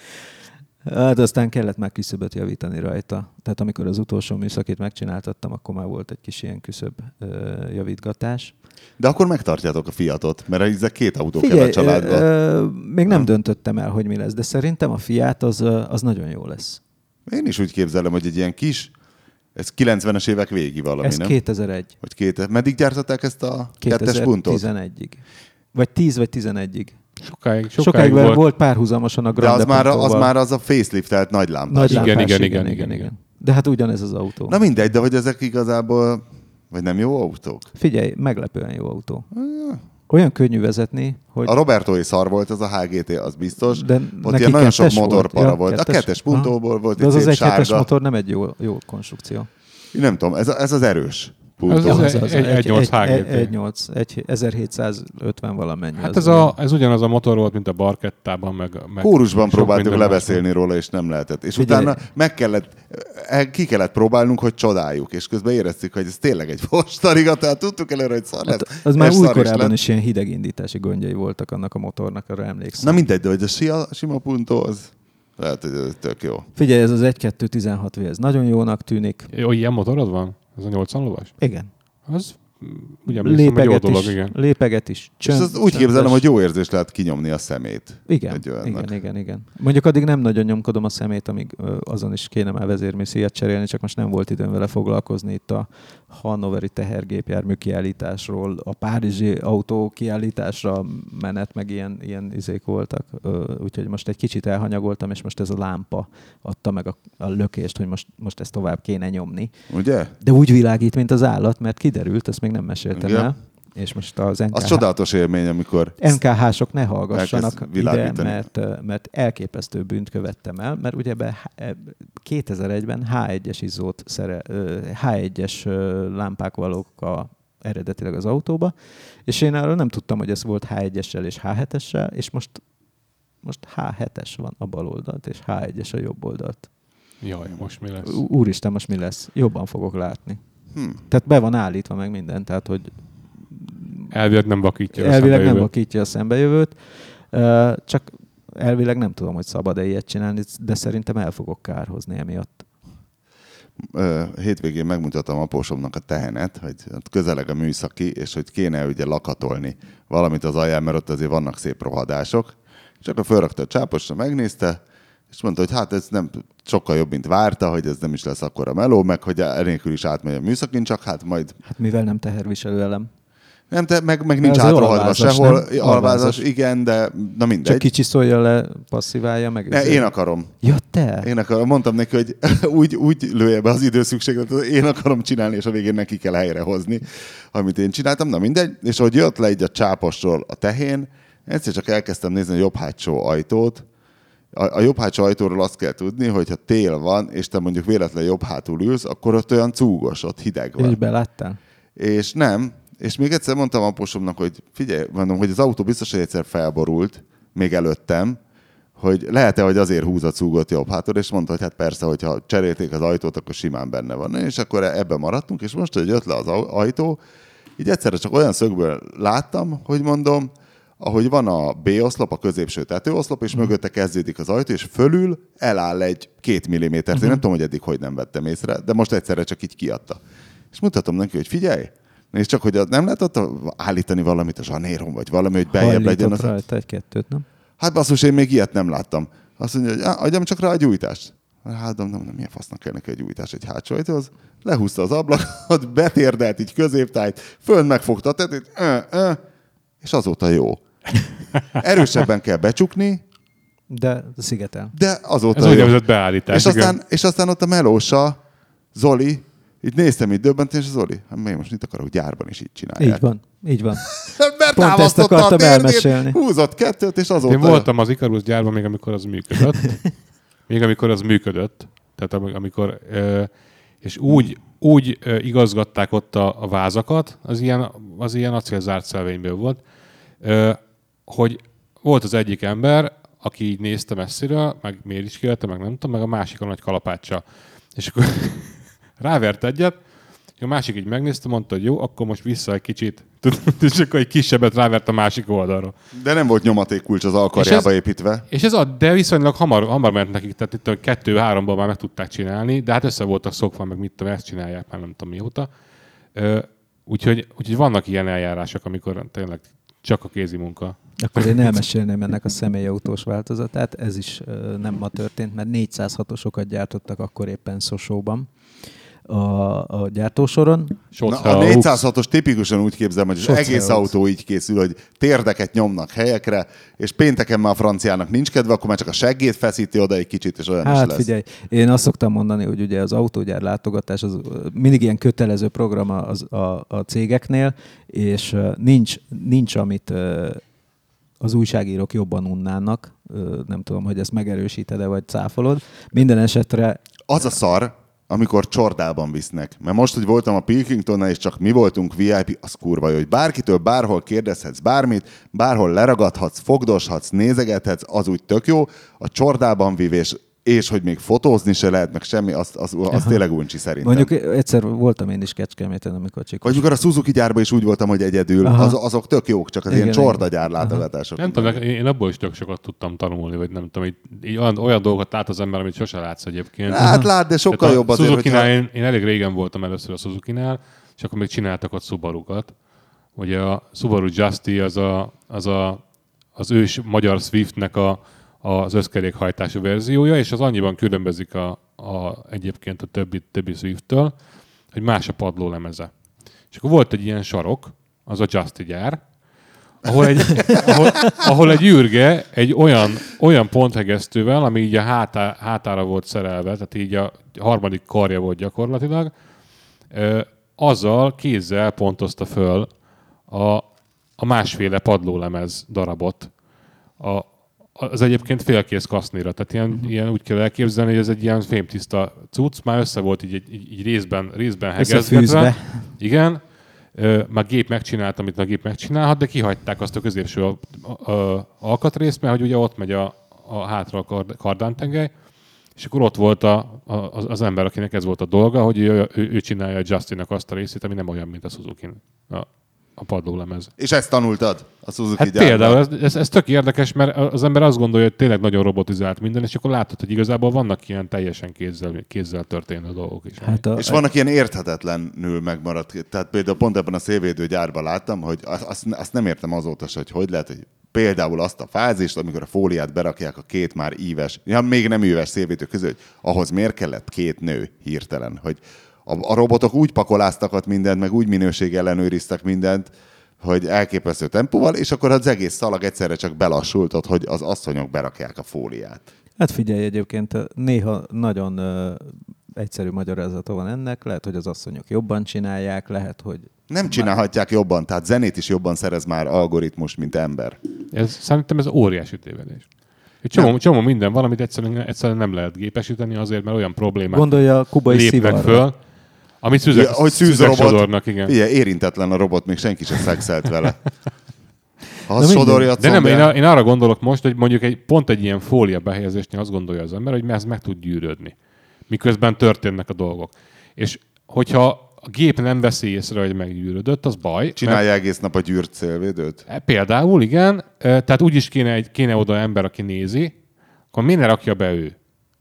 Hát aztán kellett már küszöböt javítani rajta. Tehát amikor az utolsó műszakét megcsináltattam, akkor már volt egy kis ilyen küszöb javítgatás. De akkor megtartjátok a Fiatot, mert ezek két autó kell a családba. Ö, még nem ha. döntöttem el, hogy mi lesz, de szerintem a Fiat az, az nagyon jó lesz. Én is úgy képzelem, hogy egy ilyen kis, ez kilencvenes évek végi valami, ez nem? kétezer-egy. Vagy két, meddig gyártották ezt a kettes puntot? kétezer-tizenegyig. Vagy tíz vagy tizenegyig. Sokáig, sokáig, sokáig volt. volt párhuzamosan a Grande De az már, az már az a facelift-telt nagy lámpás. Nagy igen, lámpás, igen, igen, igen, igen, igen, igen. De hát ugyanez az autó. Na mindegy, de hogy ezek igazából, vagy nem jó autók? Figyelj, meglepően jó autó. Olyan könnyű vezetni, hogy... A Roberto-i szar volt, az a há gé té, az biztos. De ott ilyen nagyon sok motorpara volt. volt. Ja, kettes. A kettes puntóból volt de egy az szép az egy hetes sárga. motor nem egy jó, jó konstrukció. Én nem tudom, ez, ez az erős. Az, az, az, az, egy nyolc há gé té. egy nyolc, ezerhétszázötven valamennyi. Hát ez, a, ez ugyanaz a motor volt, mint a Barkettában, meg, meg kórusban próbáltuk lebeszélni róla, és nem lehetett. És Figyelj. utána meg kellett, ki kellett próbálnunk, hogy csodáljuk, és közben éreztük, hogy ez tényleg egy fostariga, tehát tudtuk előre, hogy szar lesz. Hát az már újkorában is, is ilyen hidegindítási gondjai voltak annak a motornak, arra emlékszem. Na mindegy, de hogy a sima, sima puntó az lehet, hogy ez tök jó. Figyelj, ez az egy kettő tizenhat vé, ez nagyon jónak tűnik. Jó, ilyen motorod van? Ez a nyolcvan lovas? Igen. Az ugye lépeget jó dolog, is, igen. Lépeget is. Csönd, és az úgy képzelem, hogy jó érzés lehet kinyomni a szemét. Igen, igen, igen, igen. Mondjuk addig nem nagyon nyomkodom a szemét, amíg ö, azon is kéne már vezérműszíjat cserélni, csak most nem volt időm vele foglalkozni itt a hannoveri tehergépjármű kiállításról, a párizsi autó kiállításra menet, meg ilyen, ilyen izék voltak. Ö, úgyhogy most egy kicsit elhanyagoltam, és most ez a lámpa adta meg a, a lökést, hogy most, most ezt tovább kéne nyomni. Ugye? De úgy világít, mint az állat, mert kiderült, ezt még nem meséltem igen. el. És most az en ká há... Az csodálatos élmény, amikor... en ká há-sok ne hallgassanak ide, mert, mert elképesztő bűnt követtem el, mert ugye kétezer-egyben há egyes izzót szere, há egyes lámpák valók a, eredetileg az autóba, és én arról nem tudtam, hogy ez volt há egyessel és há hetessel, és most, most há hetes van a bal oldalt, és há egyes a jobb oldalt. Jaj, most mi lesz? Úristen, most mi lesz? Jobban fogok látni. Hmm. Tehát be van állítva meg minden, tehát hogy elvileg nem vakítja a elvileg nem vakítja a szembejövőt, csak elvileg nem tudom, hogy szabad-e ilyet csinálni, de szerintem el fogok kárhozni emiatt. Hétvégén megmutatom apósomnak a tehenet, hogy közeleg a műszaki, és hogy kéne ugye lakatolni valamit az alján, mert ott azért vannak szép rohadások. És akkor felrakta a csáposra, megnézte, és És mondta, hogy hát ez nem sokkal jobb, mint várta, hogy ez nem is lesz akkora meló, meg hogy enélkül is átmegy a műszakin, csak hát majd... Hát mivel nem teherviselő elem? Nem, te, meg, meg nincs átrohadva sehol. Alvázas, alvázas, igen, de na mindegy. Csak kicsiszolja le, passziválja meg. Ne, én akarom. Ja, te? Én akarom. Mondtam neki, hogy úgy, úgy lője be az időszükségletet, hogy én akarom csinálni, és a végén neki kell helyrehozni, amit én csináltam. Na mindegy. És ahogy jött le így a csápasról a tehén, egyszer csak elkezdtem nézni a jobb hátsó ajtót. A, a jobb hátsó ajtóról azt kell tudni, hogy ha tél van, és te mondjuk véletlenül jobb hátul ülsz, akkor ott olyan cúgos, ott hideg van. És beláttál? És nem. És még egyszer mondtam apósomnak, hogy figyelj, mondom, hogy az autó biztos, hogy egyszer felborult, még előttem, hogy lehet-e, hogy azért húz a cúgot jobb hátul, és mondta, hogy hát persze, hogyha cserélték az ajtót, akkor simán benne van. És akkor ebben maradtunk, és most, hogy jött le az ajtó, így egyszerre csak olyan szögből láttam, hogy mondom, ahogy van a B-oszlop, a középső tetőoszlop, és uh-huh. mögötte kezdődik az ajtó, és fölül eláll egy két millimétert. Uh-huh. Én nem tudom, hogy eddig hogy nem vettem észre, de most egyszerre csak így kiadta. És mutatom neki, hogy figyelj, és csak, hogy nem lehetett állítani valamit a zsanéron, vagy valami, hogy beljebb legyen. Az... rajta egy-kettőt, nem? Hát basszus, én még ilyet nem láttam. Azt mondja, hogy adjam csak rá a gyújtást. Hát nem, nem, milyen fasznak kell neki egy gyújtás egy hátsó ajtóhoz. Lehúzta az ablakot, betérdelt így középtájt, fönn megfogta a tetét, ö, ö, és azóta jó. Erősebben kell becsukni. De szigetel. De azóta Ez jó. Ez úgynevezett beállítás. És aztán, és aztán ott a melósa, Zoli, így néztem így döbbenten, és Zoli, hát még most mit akarok, gyárban is így csinálják. Így van, így van. Mert pont ezt akartam elmesélni. Húzott kettőt, és azóta... Én voltam az Icarus gyárban még, amikor az működött. Még amikor az működött. Tehát amikor... És úgy, úgy igazgatták ott a, a vázakat, az ilyen, az ilyen acélzárt szelvényből volt, hogy volt az egyik ember, aki így nézte messziről, meg méricskélete, meg nem tudom, meg a másik a nagy kalapáccsal. És akkor rávert egyet, a másik így megnézte, mondta, hogy jó, akkor most vissza egy kicsit. És akkor egy kisebbet rávert a másik oldalra. De nem volt nyomatékkulcs az alkarjába és ez, építve. És ez a, de viszonylag hamar, hamar ment nekik, tehát itt a kettő-háromban már meg tudták csinálni, de hát össze voltak szokva, meg mit tudom, ezt csinálják már nem tudom mióta. Úgyhogy, úgyhogy vannak ilyen eljárások, amikor tényleg csak a kézi munka. Akkor én elmesélném ennek a személyautós változatát. Ez is uh, nem ma történt, mert négyszázhatosokat gyártottak akkor éppen Sosóban a, a gyártósoron. Na, a négyszázhatos tipikusan úgy képzelem, hogy az egész autó így készül, hogy térdeket nyomnak helyekre, és pénteken már a franciának nincs kedve, akkor már csak a seggét feszíti oda egy kicsit, és olyan hát, is lesz. Figyelj, én azt szoktam mondani, hogy ugye az autógyár látogatás az mindig ilyen kötelező program az, a, a cégeknél, és nincs, nincs amit az újságírók jobban unnának. Nem tudom, hogy ezt megerősíted-e, vagy cáfolod. Minden esetre... Az a szar, amikor csordában visznek. Mert most, hogy voltam a Pilkingtonnál, és csak mi voltunk vé i pé, az kurva jó, hogy bárkitől bárhol kérdezhetsz bármit, bárhol leragadhatsz, fogdoshatsz, nézegethetsz, az úgy tök jó. A csordában vívés, és hogy még fotózni se lehet, meg semmi, az, az, az tényleg uncsi szerintem. Mondjuk egyszer voltam én is Kecskeméten, amikor csikos. Vagy amikor a Suzuki gyárban is úgy voltam, hogy egyedül, az, azok tök jók, csak az igen, ilyen csordagyár látogatások. Nem tudom, én abból is tök sokat tudtam tanulni, vagy nem tudom, így, így olyan, olyan dolgokat lát az ember, amit sose látsz egyébként. Hát lát, de sokkal jobb azért, Suzuki-nál hogyha... én, én elég régen voltam először a Suzuki-nál, és akkor még csináltak ott Subarukat. Ugye a Subaru Justy az a, az, a, az ős magyar Swiftnek a az összkerékhajtású verziója, és az annyiban különbözik a, a, egyébként a többi, többi Swift-től, hogy más a padlólemeze. És akkor volt egy ilyen sarok, az a Justy gyár, ahol egy, ahol, ahol egy űrge egy olyan, olyan ponthegesztővel, ami így a hátá, hátára volt szerelve, tehát így a harmadik karja volt gyakorlatilag, azzal kézzel pontozta föl a, a másféle padlólemez darabot a az egyébként félkész kasznira, tehát ilyen, uh-huh. ilyen úgy kell elképzelni, hogy ez egy ilyen fémtiszta cucc, már össze volt így, így, így részben, részben hegezgetve. Igen, már gép megcsinált, amit a gép megcsinálhat, de kihagyták azt a középső a, a, a alkatrészt, mert hogy ugye ott megy a, a hátra a kardántengely, és akkor ott volt a, a, az ember, akinek ez volt a dolga, hogy ő, ő, ő csinálja a Justy-nak azt a részét, ami nem olyan, mint a Suzuki-n. A, a padlólemez. És ezt tanultad a Suzuki hát gyárban? Például, ez, ez, ez tök érdekes, mert az ember azt gondolja, hogy tényleg nagyon robotizált minden, és akkor látod, hogy igazából vannak ilyen teljesen kézzel, kézzel történő dolgok is. Hát a, és vannak ilyen érthetetlenül megmaradt. Tehát például pont ebben a szélvédő gyárban láttam, hogy azt, azt nem értem azóta se, hogy hogy lehet, hogy például azt a fázist, amikor a fóliát berakják a két már íves, ja, még nem íves szélvédő között, ahhoz miért kellett két nő hirtelen, hogy a, a robotok úgy pakoláztak mindent, meg úgy minőség ellenőriztek mindent, hogy elképesztő tempóval, és akkor az egész szalag egyszerre csak belassultott, hogy az asszonyok berakják a fóliát. Hát figyelj, egyébként néha nagyon uh, egyszerű magyarázata van ennek, lehet, hogy az asszonyok jobban csinálják, lehet, hogy... Nem csinálhatják már... jobban, tehát zenét is jobban szerez már algoritmus, mint ember. Ez, szerintem ez óriási tévedés. Egy csomó, csomó minden van, amit egyszerűen, egyszerűen nem lehet gépesíteni azért, mert olyan problémák Gondolja a kubai lépnek föl, amit szűzek, ja, hogy szűzek sodornak, igen. Igen, érintetlen a robot, még senki sem szexelt vele. Az sodorja a De nem, én, én arra gondolok most, hogy mondjuk egy, pont egy ilyen fólia behelyezésnél azt gondolja az ember, hogy ez meg tud gyűrődni, miközben történnek a dolgok. És hogyha a gép nem veszi észre, hogy meggyűrődött, az baj. Csinálja mert... egész nap a gyűrt szélvédőt? Például, igen. Tehát úgy is kéne, egy, kéne oda ember, aki nézi, akkor miért ne rakja be ő?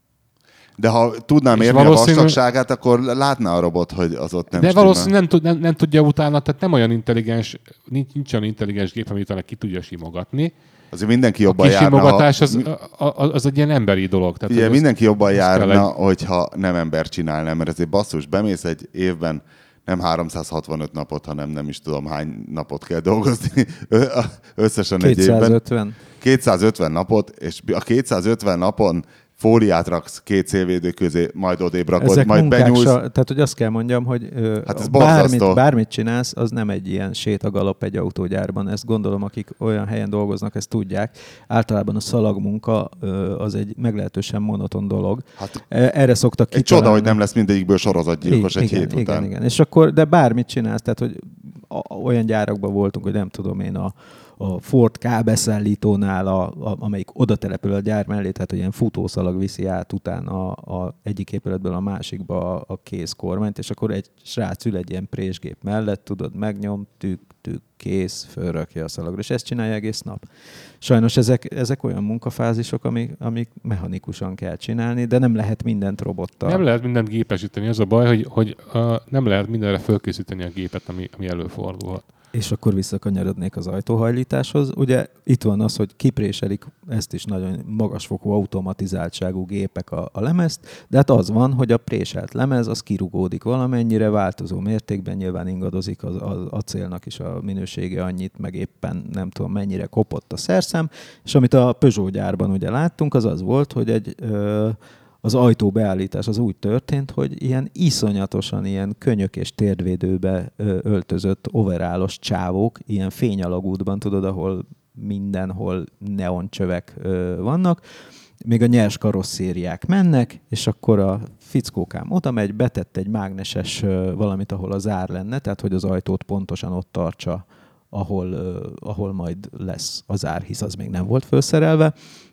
De ha tudnám érni valószínű... a vastagságát, akkor látná a robot, hogy az ott nem De valószínűleg nem, tud, nem, nem tudja utána, tehát nem olyan intelligens, nincs, nincs olyan intelligens gép, amit utána ki tudja simogatni. Azért mindenki jobban a járna. A kisimogatás az, az, az egy ilyen emberi dolog. Tehát igen, az, mindenki jobban járna, egy... hogyha nem ember csinálna, mert ezért basszus, bemész egy évben nem háromszázhatvanöt napot, hanem nem is tudom hány napot kell dolgozni. Összesen kétszázötven. Egy évben. kétszázötven napot, és a kétszázötven napon fóliát raksz két szélvédő közé, majd odébb rakod, ezek majd benyúlsz. Sa, tehát, hogy azt kell mondjam, hogy hát bármit, bármit csinálsz, az nem egy ilyen sétagalop egy autógyárban. Ezt gondolom, akik olyan helyen dolgoznak, ezt tudják. Általában a szalagmunka az egy meglehetősen monoton dolog. Hát erre szoktak egy csoda, hogy nem lesz mindegyikből sorozatgyilkos igen, egy hét igen, után. Igen. És akkor, de bármit csinálsz, tehát, hogy olyan gyárakban voltunk, hogy nem tudom én, a a Ford kábeszállítónál, a, a, amelyik oda települ a gyár mellé, tehát hogy ilyen futószalag viszi át utána a, a egyik épületből a másikba a, a kész kormányt, és akkor egy srác ül egy ilyen présgép mellett, tudod, megnyom, tük, tük, kész, fölrakja a szalagra, és ezt csinálja egész nap. Sajnos ezek, ezek olyan munkafázisok, amik, amik mechanikusan kell csinálni, de nem lehet mindent robottal. Nem lehet mindent gépesíteni, az a baj, hogy, hogy uh, nem lehet mindenre fölkészíteni a gépet, ami, ami előfordulhat. És akkor visszakanyarodnék az ajtóhajlításhoz. Ugye itt van az, hogy kipréselik ezt is nagyon magasfokú automatizáltságú gépek a, a lemezt, de hát az van, hogy a préselt lemez az kirugódik valamennyire, változó mértékben nyilván ingadozik az, az acélnak is a minősége annyit, meg éppen nem tudom mennyire kopott a szerszám, és amit a Peugeot gyárban ugye láttunk, az az volt, hogy egy... Ö, az ajtóbeállítás az úgy történt, hogy ilyen iszonyatosan ilyen könyök és térdvédőbe öltözött overálos csávók, ilyen fényalagútban, tudod, ahol mindenhol neoncsövek vannak, még a nyers karosszériák mennek, és akkor a fickókám oda megy, betett egy mágneses valamit, ahol a zár lenne, tehát hogy az ajtót pontosan ott tartsa, ahol, ahol majd lesz a zár, hisz az még nem volt felszerelve.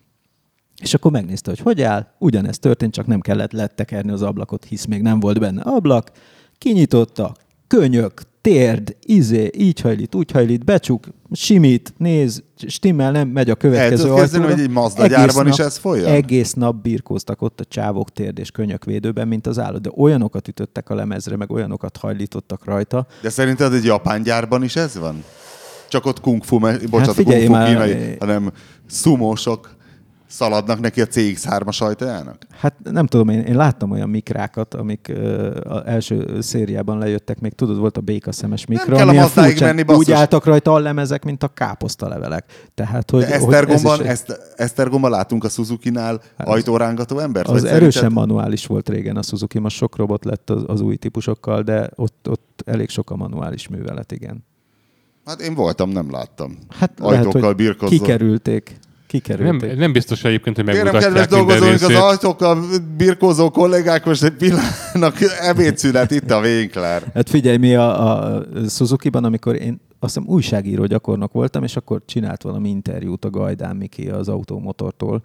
És akkor megnézte, hogy hogy áll, ugyanezt történt, csak nem kellett lettekerni az ablakot, hisz még nem volt benne ablak, kinyitotta, könyök, térd, izé, így hajlít, úgy hajlít, becsuk, simít, néz, stimmel, nem megy a következő ajtóra. El tudod hogy egy Mazda gyárban is ez folyam? Egész nap birkóztak ott a csávok térd és könyökvédőben, mint az állat, de olyanokat ütöttek a lemezre, meg olyanokat hajlítottak rajta. De szerinted egy japán gyárban is ez van? Csak ott kung fu, bocsánat, hát figyelj, kung fu már... kínai, hanem szumósok szaladnak neki a cé iksz hármas ajtajának? Hát nem tudom, én, én láttam olyan mikrákat, amik uh, az első szériában lejöttek, még tudod, volt a békaszemes mikra, nem kell a Mazdáig menni, basszus. Úgy álltak rajta a lemezek, mint a káposztalevelek. Tehát, hogy, Esztergomban, hogy ez Esztergomban látunk a Suzuki-nál hát ajtórángató embert? Az erősen szerinted... manuális volt régen a Suzuki, most sok robot lett az, az új típusokkal, de ott, ott elég sok a manuális művelet, igen. Hát én voltam, nem láttam. Hát ajtókkal lehet, birkozva. Kikerülték. Nem, nem biztos egyébként, hogy megmutatják minden részét. Kérem, kedves dolgozóink, az ajtókkal birkózó kollégák, most egy pillanatnak ebédszünet itt a Winkler. Hát figyelj, mi a, a Suzuki-ban, amikor én azt hiszem újságíró gyakornok voltam, és akkor csinált valami interjút a Gajdán Miki az Automotortól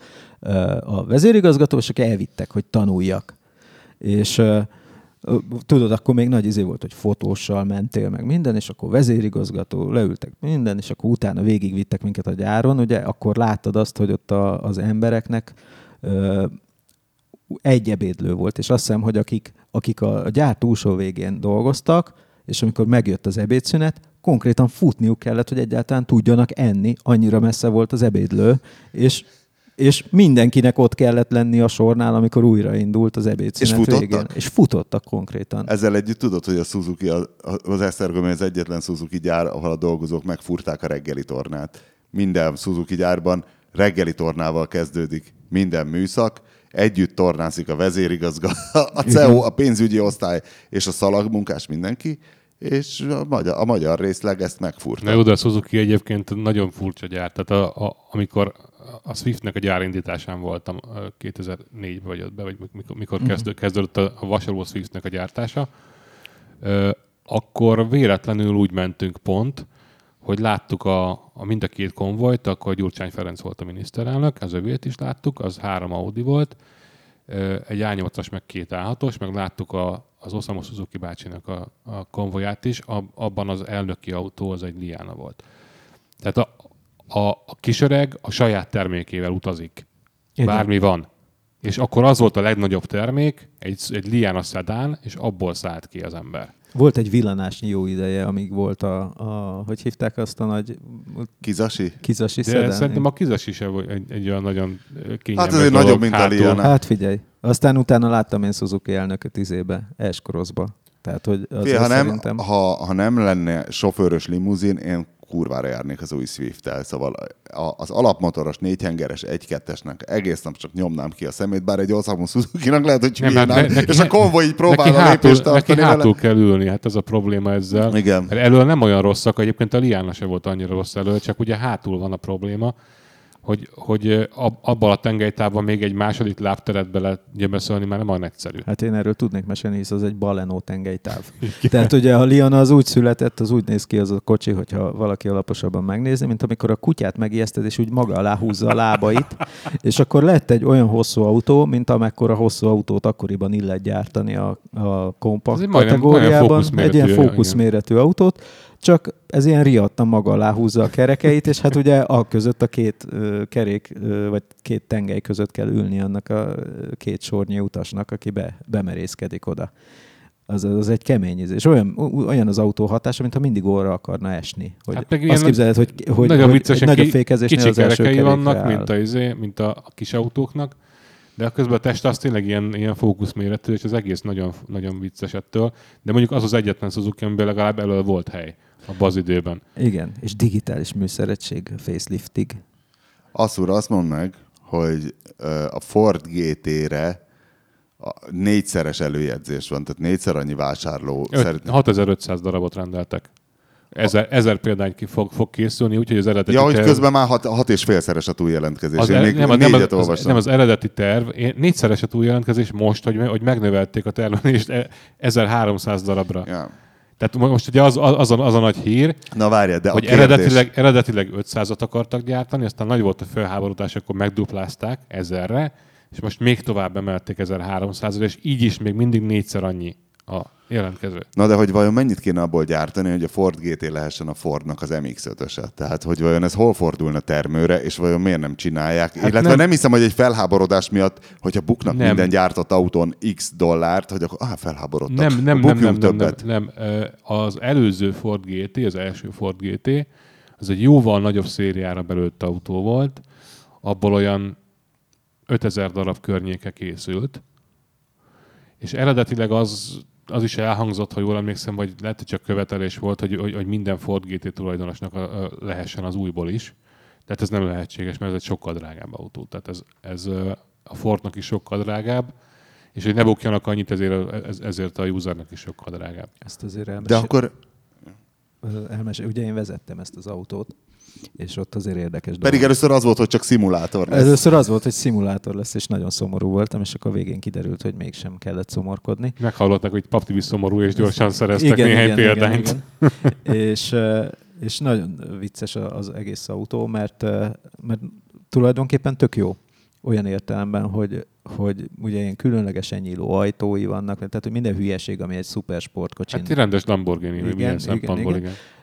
a vezérigazgató, és akkor elvittek, hogy tanuljak. És tudod, akkor még nagy izé volt, hogy fotóssal mentél meg minden, és akkor vezérigazgató, leültek minden, és akkor utána végigvittek minket a gyáron, ugye, akkor láttad azt, hogy ott a, az embereknek ö, egy ebédlő volt, és azt hiszem, hogy akik, akik a gyár túlsó végén dolgoztak, és amikor megjött az ebédszünet, konkrétan futniuk kellett, hogy egyáltalán tudjanak enni, annyira messze volt az ebédlő, és és mindenkinek ott kellett lenni a sornál, amikor újraindult az ebédszünet és végén. És futottak konkrétan. Ezzel együtt tudod, hogy a Suzuki, az Esztergomi az egyetlen Suzuki gyár, ahol a dolgozók megfúrták a reggeli tornát. Minden Suzuki gyárban reggeli tornával kezdődik minden műszak, együtt tornázik a vezérigazgató, a cé e o, a pénzügyi osztály és a szalagmunkás mindenki, és a magyar, a magyar részleg ezt megfúrta. Na jó, de a Suzuki egyébként nagyon furcsa gyár. Tehát a, a, amikor a Swiftnek a gyárindításán voltam kétezer-négyben vagy ötben, vagy mikor, mikor kezdő, kezdődött a, a vasaló Swiftnek a gyártása, akkor véletlenül úgy mentünk pont, hogy láttuk a, a mind a két konvojt, akkor Gyurcsány Ferenc volt a miniszterelnök, az övét is láttuk, az három Audi volt, egy á nyolcas, meg két á hatos, meg láttuk a, az Osamu Suzuki bácsinak a, a konvoját is, abban az elnöki autó az egy Liana volt. Tehát a, a, a kisöreg a saját termékével utazik. Igen. Bármi van. És akkor az volt a legnagyobb termék, egy, egy Liana szedán, és abból szállt ki az ember. Volt egy villanásnyi jó ideje, amíg volt a, a hogy hívták azt a nagy... Kizasi? Kizasi De szedán. szerintem a Kizasi sem egy, egy olyan nagyon kényelmes Hát ez egy nagyobb, mint a Liana. Hát figyelj. Aztán utána láttam én Suzuki elnököt izébe, Eskoroszba. Tehát, hogy Fé, ha, nem, szerintem... ha, ha nem lenne sofőrös limuzin, én kurvára járnék az új Swift-tel. Szóval az alapmotoros négyhengeres egy kettesnek egész nap csak nyomnám ki a szemét, bár egy Osamu Suzuki-nak lehet, hogy csúlyánám, ne, és a konvoj így próbál a lépést tartani. Neki hátul kell ülni, hát ez a probléma ezzel. Igen. Elől nem olyan rosszak, egyébként a Liana se volt annyira rossz elől, csak ugye hátul van a probléma, hogy, hogy abban a tengelytávban még egy második lábteret bele gyömöszölni már nem olyan egyszerű. Hát én erről tudnék mesélni, hisz az egy Baleno tengelytáv. Tehát ugye a Liana az úgy született, az úgy néz ki az a kocsi, hogyha valaki alaposabban megnézi, mint amikor a kutyát megijeszted, és úgy maga alá húzza a lábait, és akkor lett egy olyan hosszú autó, mint amekkora hosszú autót akkoriban illet gyártani a, a kompakt kategóriában. Egy ilyen fókuszméretű autót, csak ez ilyen riadtan maga alá húzza a kerekeit, és hát ugye a között a két ö, kerék, ö, vagy két tengely között kell ülni annak a két sornyi utasnak, aki be, bemerészkedik oda. Az, az egy kemény íz. És olyan, olyan az autó hatása, mintha mindig orra akarna esni. Hogy hát azt képzeled, hogy, hogy, nagyon hogy egy nagyobb fékezésnél az első kerékre vannak, áll. mint a, izé, mint a kis autóknak, de a közben a test az tényleg ilyen, ilyen fókuszméretű, és az egész nagyon, nagyon vicces ettől. De mondjuk az az egyetlen Suzuki, amiben legalább elől volt hely abban az időben. Igen, és digitális műszeregység faceliftig. Asszúr, azt mondd meg, hogy a Ford gé té-re négyszeres előjegyzés van, tehát négyszer annyi vásárló. Szeret... hatezer-ötszáz darabot rendeltek. Ezer, ezer példány ki fog, fog készülni, úgyhogy az eredeti ja, terv... hogy közben már hat, hat és félszeres a túljelentkezés. Az Én el, még nem, négyet nem, az, nem az eredeti terv. Én, négyszeres a túljelentkezés most, hogy, hogy megnövelték a termelést ezerháromszáz darabra. Ja. Tehát most ugye az, az, a, az a nagy hír, Na várjál, de hogy a kérdés... eredetileg, eredetileg ötszázat akartak gyártani, aztán nagy volt a felháborodás, akkor megduplázták ezerre, és most még tovább emelték ezerháromszázra, és így is még mindig négyszer annyi a jelentkező. Na de hogy vajon mennyit kéne abból gyártani, hogy a Ford gé té lehessen a Fordnak az em iksz ötöse? Tehát, hogy vajon ez hol fordulna termőre, és vajon miért nem csinálják? Hát illetve nem. nem hiszem, hogy egy felháborodás miatt, hogyha buknak nem. minden gyártott autón x dollárt, hogy akkor ah, felháborodtak. Nem, nem, nem, nem, nem, nem, nem. Az előző Ford gé té, az első Ford gé té, az egy jóval nagyobb szériára belőtt autó volt, abból olyan ötezer darab környéke készült, és eredetileg az az is elhangzott, hogy jól emlékszem, vagy lehet, hogy csak követelés volt, hogy, hogy, hogy minden Ford gé té tulajdonosnak a, a, lehessen az újból is. Tehát ez nem lehetséges, mert ez egy sokkal drágább autó. Tehát ez, ez a Fordnak is sokkal drágább, és hogy ne bukjanak annyit, ezért, ez, ezért a usernek is sokkal drágább. Ezt azért elmesél... De akkor... Elmesél... Ugye én vezettem ezt az autót, és ott azért érdekes dolog. Pedig először az volt, hogy csak szimulátor lesz. Először az volt, hogy szimulátor lesz, és nagyon szomorú voltam, és akkor a végén kiderült, hogy mégsem kellett szomorkodni. Meghallották, hogy Paptivi szomorú, és gyorsan szereztek igen, néhány igen, példányt. Igen, igen. és, és nagyon vicces az egész autó, mert, mert tulajdonképpen tök jó. Olyan értelemben, hogy, hogy ugye ilyen különlegesen nyíló ajtói vannak, tehát hogy minden hülyeség, ami egy szuper sportkocsin. Hát rendes Lamborghini, igen, milyen szempontból, igen. igen.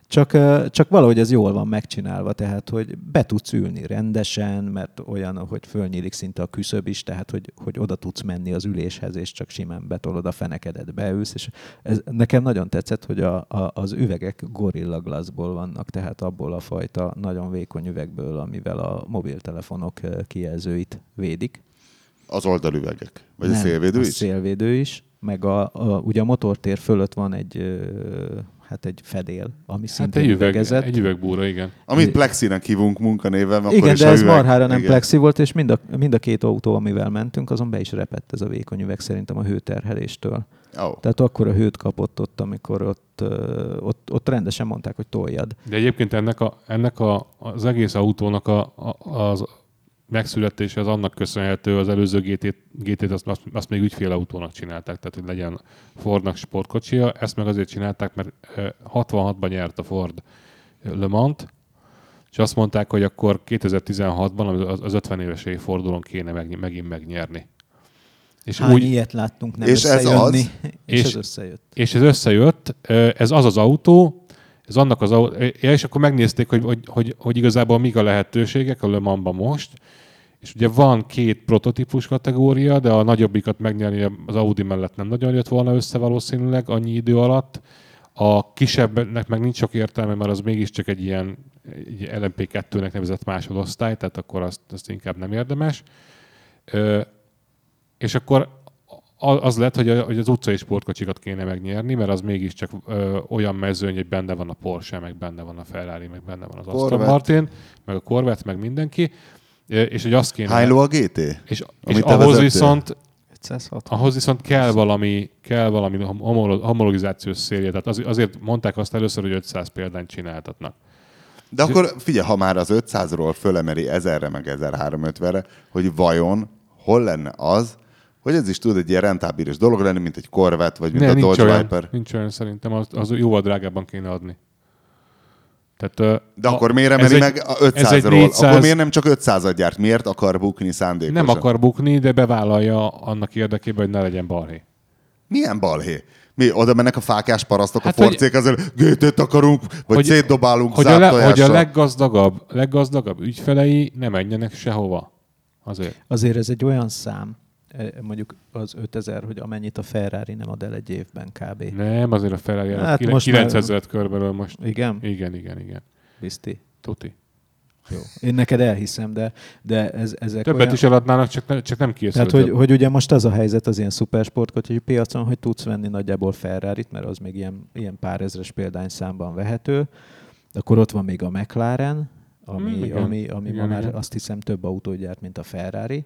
Csak, csak valahogy ez jól van megcsinálva, tehát hogy be tudsz ülni rendesen, mert olyan, hogy fölnyílik szinte a küszöb is, tehát hogy, hogy oda tudsz menni az üléshez, és csak simán betolod a fenekedet, beülsz, és ez, nekem nagyon tetszett, hogy a, a, az üvegek Gorilla Glassból vannak, tehát abból a fajta nagyon vékony üvegből, amivel a mobiltelefonok kijelzőit védik. Az oldalüvegek? Vagy Nem, a szélvédő is? A szélvédő is, meg a, a, ugye a motortér fölött van egy, hát egy fedél, ami szintén hát egy üveg, üvegezett. Egy üvegbúra, igen. Amit Plexinek hívunk munkanéven, akkor igen, is de a ez üveg... marhára nem igen. Plexi volt, és mind a, mind a két autó, amivel mentünk, azon be is repett ez a vékony üveg szerintem a hőterheléstől. Oh. Tehát akkor a hőt kapott ott, amikor ott, ott, ott rendesen mondták, hogy toljad. De egyébként ennek, a, ennek a, az egész autónak a, a, az megszületése az annak köszönhető, az előző gé té, gé té-t azt, azt, azt még ügyfélautónak csinálták, tehát hogy legyen Fordnak sportkocsia. Ezt meg azért csinálták, mert hatvanhatban nyert a Ford Le Mans-t, és azt mondták, hogy akkor kétezer-tizenhatban az ötven éves évfordulón kéne meg, megint megnyerni. És Hány úgy, ilyet láttunk nem és összejönni, ez az? és, és ez összejött. És ez összejött, ez az az autó, ez annak az autó, és akkor megnézték, hogy, hogy, hogy, hogy igazából mik a lehetőségek a Le Mans-ban most, és ugye van két prototípus kategória, de a nagyobbikat megnyerni az Audi mellett nem nagyon jött volna össze valószínűleg annyi idő alatt. A kisebbnek meg nincs sok értelme, mert az mégiscsak egy ilyen egy el em pé kettőnek nevezett másodosztály, tehát akkor azt, azt inkább nem érdemes. Ö, és akkor az lett, hogy, a, hogy az utcai sportkocsikat kéne megnyerni, mert az mégiscsak ö, olyan mezőny, hogy benne van a Porsche, meg benne van a Ferrari, meg benne van az Aston Martin, meg a Corvette, meg mindenki. És hogy azt kéne... Hány ló a gé té? És, és ahhoz, viszont, ahhoz viszont kell valami, kell valami homologizációs szérje. Tehát az, azért mondták azt először, hogy ötszáz példányt csináltatnak. De és akkor figyelj, ha már az ötszázról fölemeri ezerre, meg ezerháromszázötvenre, hogy vajon hol lenne az, hogy ez is tud egy ilyen rentábilis dolog lenni, mint egy Corvette, vagy mint ne, a Dodge olyan, Viper. Nincs olyan szerintem, az, az jóval drágábban kéne adni. Tehát, de a, akkor miért emeli meg a ötszázról? négyszáz... Akkor miért nem csak ötszázat gyárt? Miért akar bukni szándékosan? Nem akar bukni, de bevállalja annak érdekében, hogy ne legyen balhé. Milyen balhé? Mi oda mennek a fákás parasztok hát, a forcék, hogy... azért gé té-t akarunk, vagy hogy, szétdobálunk hogy a, le, hogy a leggazdagabb, leggazdagabb ügyfelei ne menjenek sehova. Azért. Azért ez egy olyan szám, mondjuk az ötezer, hogy amennyit a Ferrari nem ad el egy évben kb. Nem, azért a Ferrari hát kilencezret már... körbelül most. Igen? Igen, igen, igen. Bizti? Tuti. Jó. Én neked elhiszem, de, de ez, ezek többet olyan... is eladnának, csak, ne, csak nem készült. Tehát, hogy, hogy ugye most az a helyzet az ilyen szupersportkocsi piacon, hogy tudsz venni nagyjából Ferrarit, mert az még ilyen, ilyen pár ezres példányszámban vehető. Akkor ott van még a McLaren, ami, hmm, igen, ami, ami igen, ma már igen. azt hiszem több autót gyárt, mint a Ferrari.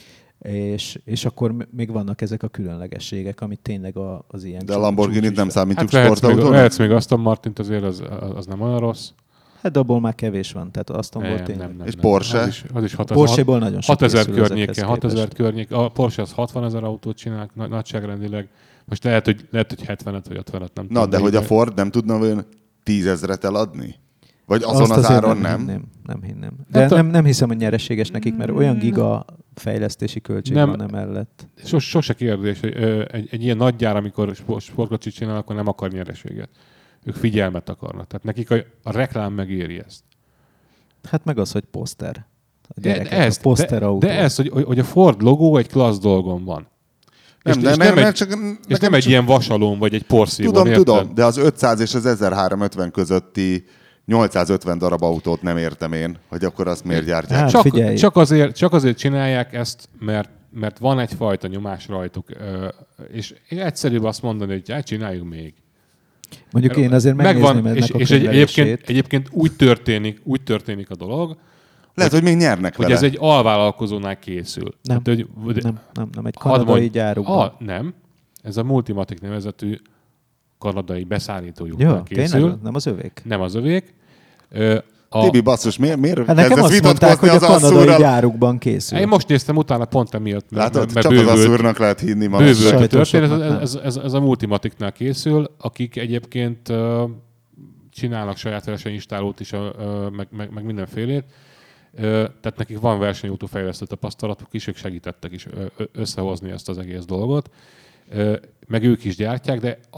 És, és akkor még vannak ezek a különlegességek, amit tényleg a, az ilyen... De a Lamborghini-t nem számítjuk hát sportautónak? Lehetsz még Aston Martint, azért az, az nem olyan rossz. Hát abból már kevés van, tehát Aston volt tényleg. Nem, nem, és nem. Porsche? Az is, az is hat, Porscheból nagyon sok hatezer környéken, hatezer környék. A Porsche az hatvanezer autót csinál nagyságrendileg. Most lehet, hogy, lehet, hogy hetvenet vagy ötvenet nem Na, de hogy a Ford nem tudna olyan tízezret eladni? Vagy azon az áron nem? Nem, nem hinném. De hát a... nem, nem hiszem, hogy nyereséges nekik, mert olyan giga fejlesztési költség nem, van emellett. Sos, sose kérdés, hogy egy, egy ilyen nagy gyár, amikor sportkocsit csinál, akkor nem akar nyereséget. Ők figyelmet akarnak. Tehát nekik a, a reklám megéri ezt. Hát meg az, hogy poszter. A gyerekek, de ezt, a poszter autó. De, de ez, hogy, hogy a Ford logó egy klassz dolgon van. Nem, és, de és nem, nem, nem, egy, csak, és nem egy csak... ilyen vasalón, vagy egy porszívón. Tudom, érted? tudom, de az ötszáz és az ezerháromszázötven közötti nyolcszázötven darab autót nem értem én, hogy akkor azt miért gyártják. Hát, csak, csak, azért, csak azért csinálják ezt, mert, mert van egyfajta nyomás rajtuk, és egyszerűbb azt mondani, hogy hát csináljuk még. Mondjuk én azért megnézném megvan, ennek és, a és egy, egyébként, egyébként úgy történik, úgy történik a dolog, lehet, hogy, hogy még nyernek hogy vele. ez egy alvállalkozónál készül. Nem, hát, hogy, nem, nem, nem, egy kanadai mond, gyárukban. A, nem, ez a Multimatic nevezetű kanadai beszállítójukban ja, készül. Tényleg? Nem az övék? Nem az övék. A... Tibi, basszus, miért, miért hát nekem azt mondták, hogy a kanadai asszúrral... gyárukban készül. Én most néztem utána pont emiatt, mert, Látod, mert csak bővült, az asszúrnak lehet hinni ma. Bővült a történet, ez, ez, ez, ez a Multimaticnál készül, akik egyébként uh, csinálnak saját versenyinstálót is, uh, meg, meg, meg mindenfélét. Uh, tehát nekik van versenyautó fejlesztő tapasztalatuk is, ők segítettek is uh, összehozni ezt az egész dolgot. Uh, meg ők is gyártják, de a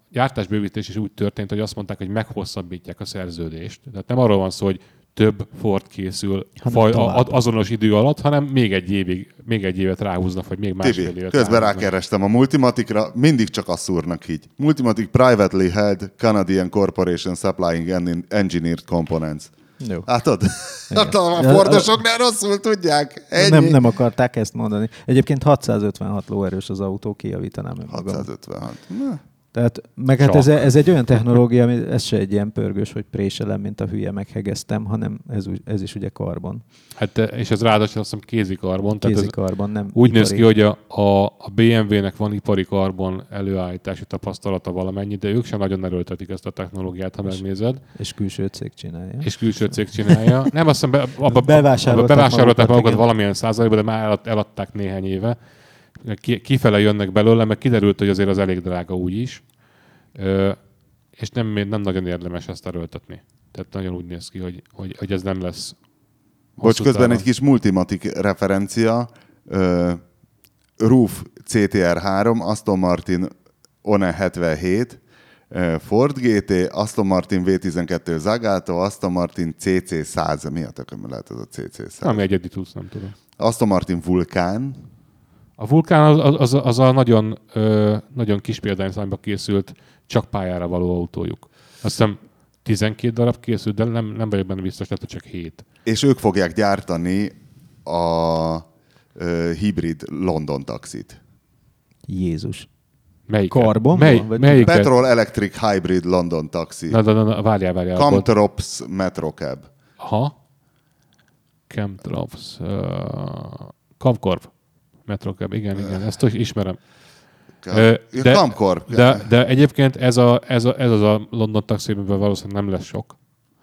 gyártásbővítés is úgy történt, hogy azt mondták, hogy meghosszabbítják a szerződést. Tehát nem arról van szó, hogy több Ford készül faj, a, azonos idő alatt, hanem még egy évig, még egy évet ráhúznak, vagy még másfél évet közben rákerestem a Multimaticra, mindig csak azt szúrnak így. Multimatic privately held Canadian Corporation supplying engineered components. Jó. Látod? Hát a Fordosoknál rosszul tudják. Nem, nem akarták ezt mondani. Egyébként hatszázötvenhat lóerős az autó, kijavítanám önmagam. hatszázötvenhat. Na. Tehát, meg hát ez, ez egy olyan technológia, ami ez se egy ilyen pörgős, hogy préselem, mint a hülye meghegeztem, hanem ez, ez is ugye karbon. Hát és ez ráadásul azt hiszem kézikarbon. Kézikarbon, nem úgy ipari. Néz ki, hogy a, a, a bé em vé-nek van ipari karbon előállítási tapasztalata valamennyi, de ők sem nagyon erőltetik ezt a technológiát, ha megnézed. És külső cég csinálja. És külső cég csinálja. Nem, azt hiszem, be, abba, bevásárolták, bevásárolták magukat valamilyen százalékban, de már eladták néhány éve. Kifele jönnek belőle, meg kiderült, hogy azért az elég drága úgy is, Ö, és nem, nem nagyon érdemes ezt erőltetni. Tehát nagyon úgy néz ki, hogy, hogy, hogy ez nem lesz. Bocs, közben távon. Egy kis Multimatic referencia. Uh, Roof cé té er három, Aston Martin One hetvenhét, uh, Ford gé té, Aston Martin vé tizenkettő Zagato, Aston Martin cé cé száz. Mi a tököm lehet ez a cé cé száz? Ami egyedi tudsz, nem tudom. Aston Martin Vulcan. A Vulcan az, az, az a nagyon, ö, nagyon kis példányszámba készült, csak pályára való autójuk. Azt hiszem tizenkét darab készült, de nem, nem vagyok benne biztos, lehet, hogy csak hét. És ők fogják gyártani a ö, hibrid London taxit. Jézus. Melyik? Karbon? Mely, melyik? Petrol Electric Hybrid London taxi. Na, na, na, na várjál, várjál. Camtrops Metrocab. Aha. Camtrops. Uh, Camcorp. Metrocab, igen, igen, ezt ismerem. De, de, de, de egyébként ez, a, ez, a, ez az a London taxi, amiben valószínűleg nem lesz sok.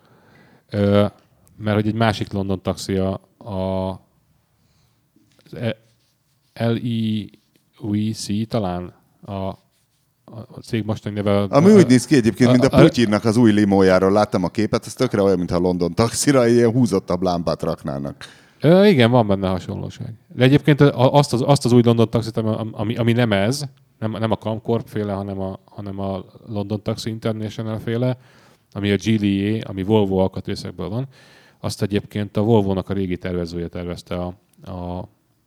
Mert hogy egy másik London taxi a, a el i vé cé talán a, a cég mostani neve. Ami a, úgy néz ki egyébként, mint a, a Putyinnak az új limójáról. Láttam a képet, ez tökre olyan, mintha a London taxira ilyen húzottabb lámpát raknának. Ö, igen, van benne hasonlóság. De egyébként azt az, azt az új London taxit, ami, ami nem ez, nem, nem a Camcorp féle, hanem a, hanem a London Taxi International féle, ami a Geely, ami Volvo alkatrészekből van, azt egyébként a Volvo-nak a régi tervezője tervezte a, a, a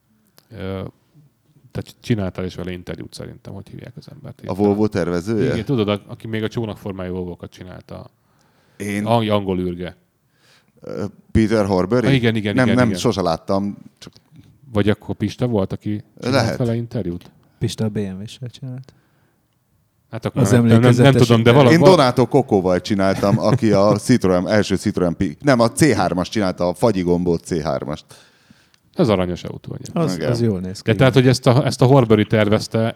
tehát csináltál is vele interjút szerintem, hogy hívják az embert. A Volvo tervezője? Igen, tudod, a, aki még a csónakformájú Volvo-kat csinálta. Én... Angol űrge. Peter Horbury? Ah, igen, igen, nem, igen. Nem, igen. sose láttam. Csak... Vagy akkor Pista volt, aki csinált vele interjút? Pista a bé em vé-sel csinált. Hát akkor nem, nem, nem, nem tudom, de valami... Én Donato Cocoval csináltam, aki a Citroen, első Citroen P... Nem, a cé hármas csinálta, a fagyigombót cé hármast. Ez aranyos autó. Az, az jól néz ki. De tehát, hogy ezt a, ezt a Horbury tervezte,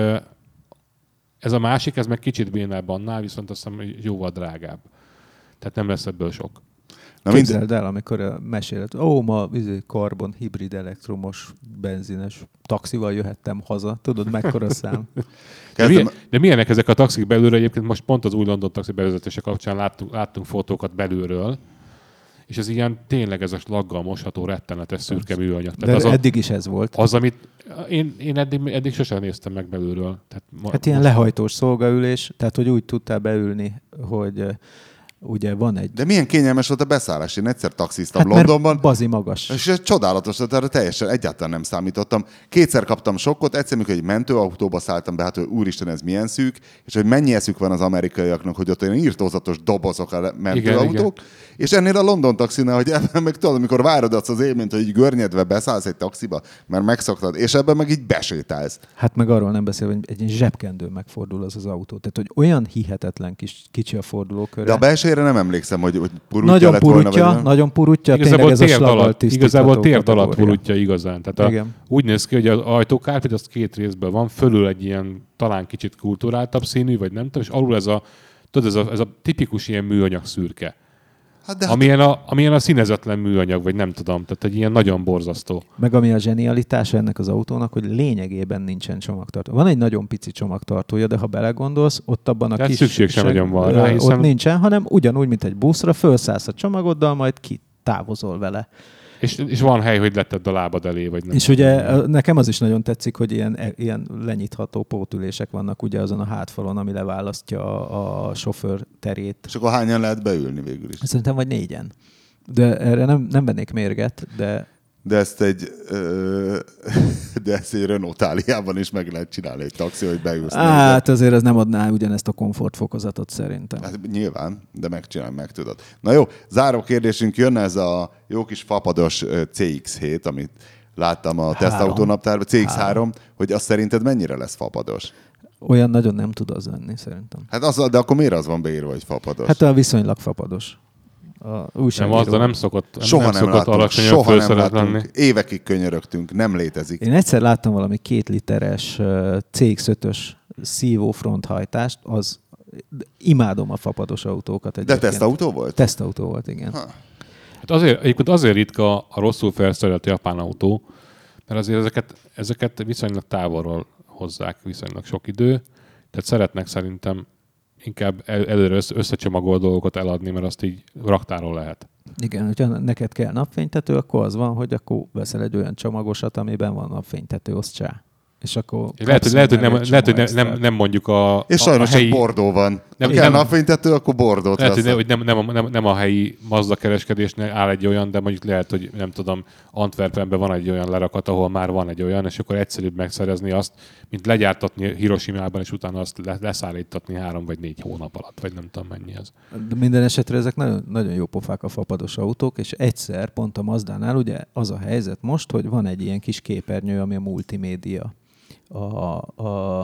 ez a másik, ez meg kicsit bénább annál, viszont azt hiszem jóval drágább. Tehát nem lesz ebből sok. Na, képzeld el, amikor mesélet, ó, ma izé, karbon, hibrid, elektromos, benzines taxival jöhettem haza. Tudod, mekkora szám? De, milyen, de milyenek ezek a taxik belülről? Egyébként most pont az új London taxi bevezetése kapcsán láttunk, láttunk fotókat belülről, és ez ilyen tényleg ez a slaggal mosható, rettenetes szürke műanyag. De az eddig a, is ez volt. Az, amit én, én eddig, eddig sosem néztem meg belülről. Tehát ma, hát ilyen lehajtós szolgaülés, tehát hogy úgy tudtál beülni, hogy ugye van egy... De milyen kényelmes volt a beszállás. Én egyszer taxiztam hát Londonban. Bazi magas. És ez csodálatos, tehát erre teljesen egyáltalán nem számítottam. Kétszer kaptam sokkot, egyszer, mikor egy mentőautóba szálltam be, hát hogy úristen, ez milyen szűk, és hogy mennyi eszük van az amerikaiaknak, hogy ott olyan írtózatos dobozok a mentőautók. Igen, igen. És ennél a London taxinál, hogy ebben meg tudod, amikor várod azt az élményt, hogy így görnyedve beszállsz egy taxiba, mert megszoktad, és ebben meg így besétálsz. Hát meg arról nem beszél, hogy egy zsebkendő megfordul az az autó. Tehát, hogy olyan hihetetlen kis, kicsi a fordulóköre. De a belsejére nem emlékszem, hogy, hogy purutja nagyon lett purutja, volna. Vagy nagyon purutja, igazából tényleg ez a slaggal igazából térd alatt purutja igazán. Tehát a, úgy néz ki, hogy az ajtókárpit az két részből van, fölül egy ilyen talán kicsit kulturáltabb színű, vagy nem tudom, és alul ez a, tudod, ez a, ez a tipikus ilyen műanyag szürke. Hát hát amilyen, a, amilyen a színezetlen műanyag, vagy nem tudom, tehát egy ilyen nagyon borzasztó. Meg ami a zsenialitása ennek az autónak, hogy lényegében nincsen csomagtartó. Van egy nagyon pici csomagtartója, de ha belegondolsz, ott abban a de kis... szükség sem nagyon van rá, hiszen... Ott nincsen, hanem ugyanúgy, mint egy buszra, felszállsz a csomagoddal, majd kitávozol vele. És, és van hely, hogy letted a lábad elé, vagy nem. És ugye nekem az is nagyon tetszik, hogy ilyen, ilyen lenyitható pótülések vannak ugye azon a hátfalon, ami leválasztja a, a sofőr terét. És akkor hányan lehet beülni végül is? Szerintem vagy négyen. De erre nem, nem vennék mérget, de... De ezt egy, ö, de ezt egy Renault Táliában is meg lehet csinálni egy taxi, hogy beülsz. Hát azért ez nem adná ugyanezt a komfortfokozatot szerintem. Hát nyilván, de megcsinálni meg tudod. Na jó, záró kérdésünk jönne, ez a jó kis fapados cé iksz hét, amit láttam a tesztautónaptárban, cé iksz három, hogy az szerinted mennyire lesz fapados? Olyan nagyon nem tud az lenni, szerintem. Hát az, de akkor miért az van beírva, hogy fapados? Hát a viszonylag fapados. Nem, az, de nem szokott, soha nem nem szokott láttunk, alacsonyabb soha nem főszeret láttunk. lenni. Évekig könyörögtünk, nem létezik. Én egyszer láttam valami két literes cé iksz ötös szívó fronthajtást, az imádom a fapados autókat. De tesztautó volt? Tesztautó volt, igen. Ha. Hát azért, egyébként azért ritka a rosszul felszerelt japán autó, mert azért ezeket, ezeket viszonylag távolról hozzák viszonylag sok idő, tehát szeretnek szerintem inkább el, előre összecsomagol dolgokat eladni, mert azt így raktáról lehet. Igen, hogyha neked kell napfénytető, akkor az van, hogy akkor veszel egy olyan csomagosat, amiben van napfénytető, osztsá. És akkor lehet, hogy, lehet, hogy, nem, lehet, hogy nem, nem, nem mondjuk a És sajnos a helyi... csak bordó van. Nem, ha kell napfénytető, akkor bordót lehet, veszed. hogy nem, nem, nem, nem a helyi Mazda kereskedésnél áll egy olyan, de mondjuk lehet, hogy nem tudom, Antwerpenben van egy olyan lerakat, ahol már van egy olyan, és akkor egyszerűbb megszerezni azt, mint legyártatni Hiroshimában, és utána azt leszállítatni három vagy négy hónap alatt, vagy nem tudom mennyi az. De minden esetre ezek nagyon, nagyon jó pofák a fapados autók, és egyszer pont a Mazdánál ugye az a helyzet most, hogy van egy ilyen kis képernyő, ami a multimédia a, a,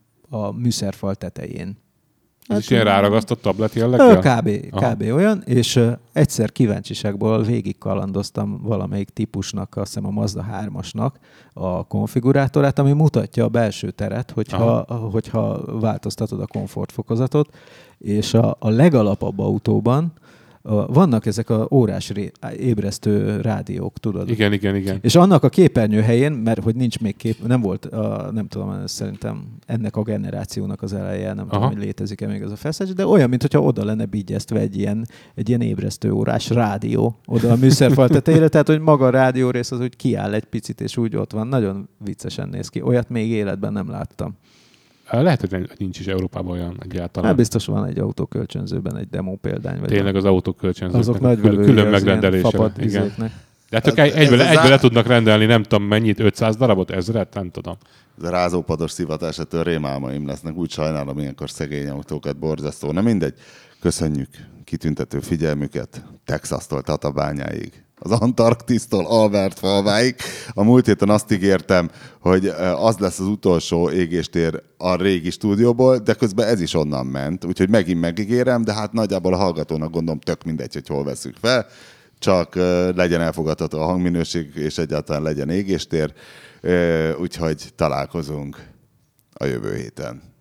a műszerfal tetején. Ez hát, is ilyen ráragasztott tablet jelleggel? Kb. kb. Olyan, és uh, egyszer kíváncsiságból végig kalandoztam valamelyik típusnak, azt hiszem a Mazda hármasnak a konfigurátorát, ami mutatja a belső teret, hogyha, hogyha változtatod a komfortfokozatot, és a, a legalapabb autóban vannak ezek a órás ré, ébresztő rádiók, tudod? Igen, igen, igen. És annak a képernyő helyén, mert hogy nincs még kép, nem volt, a, nem tudom, szerintem ennek a generációnak az eleje, nem Aha. tudom, hogy létezik-e még az a feszes, de olyan, mintha oda lenne bigyeztve egy ilyen, egy ilyen ébresztő órás rádió oda a műszerfal tetejére, tehát hogy maga a rádió rész az, hogy kiáll egy picit, és úgy ott van. Nagyon viccesen néz ki. Olyat még életben nem láttam. Lehet, hogy nincs is Európában olyan egyáltalán. Hát biztos van egy autókölcsönzőben egy demo példány. Vagy Tényleg az autókölcsönzőben. Azok nagy külön, külön megrendelésre. Igen. De hát ők ez, egyből, ez egyből zá... le tudnak rendelni, nem tudom mennyit, ötszáz darabot, ezret, nem tudom. Ez a rázópados szivatás, ettől rémálmaim lesznek. Úgy sajnálom ilyenkor szegény autókat, borzasztó. Na mindegy. Köszönjük kitüntető figyelmüket Texastól Tatabányáig. Az Antarktisztól Albert-falváig. A múlt héten azt ígértem, hogy az lesz az utolsó égéstér a régi stúdióból, de közben ez is onnan ment, úgyhogy megint megígérem, de hát nagyjából a hallgatónak gondolom tök mindegy, hogy hol veszük fel, csak legyen elfogadható a hangminőség, és egyáltalán legyen égéstér, úgyhogy találkozunk a jövő héten.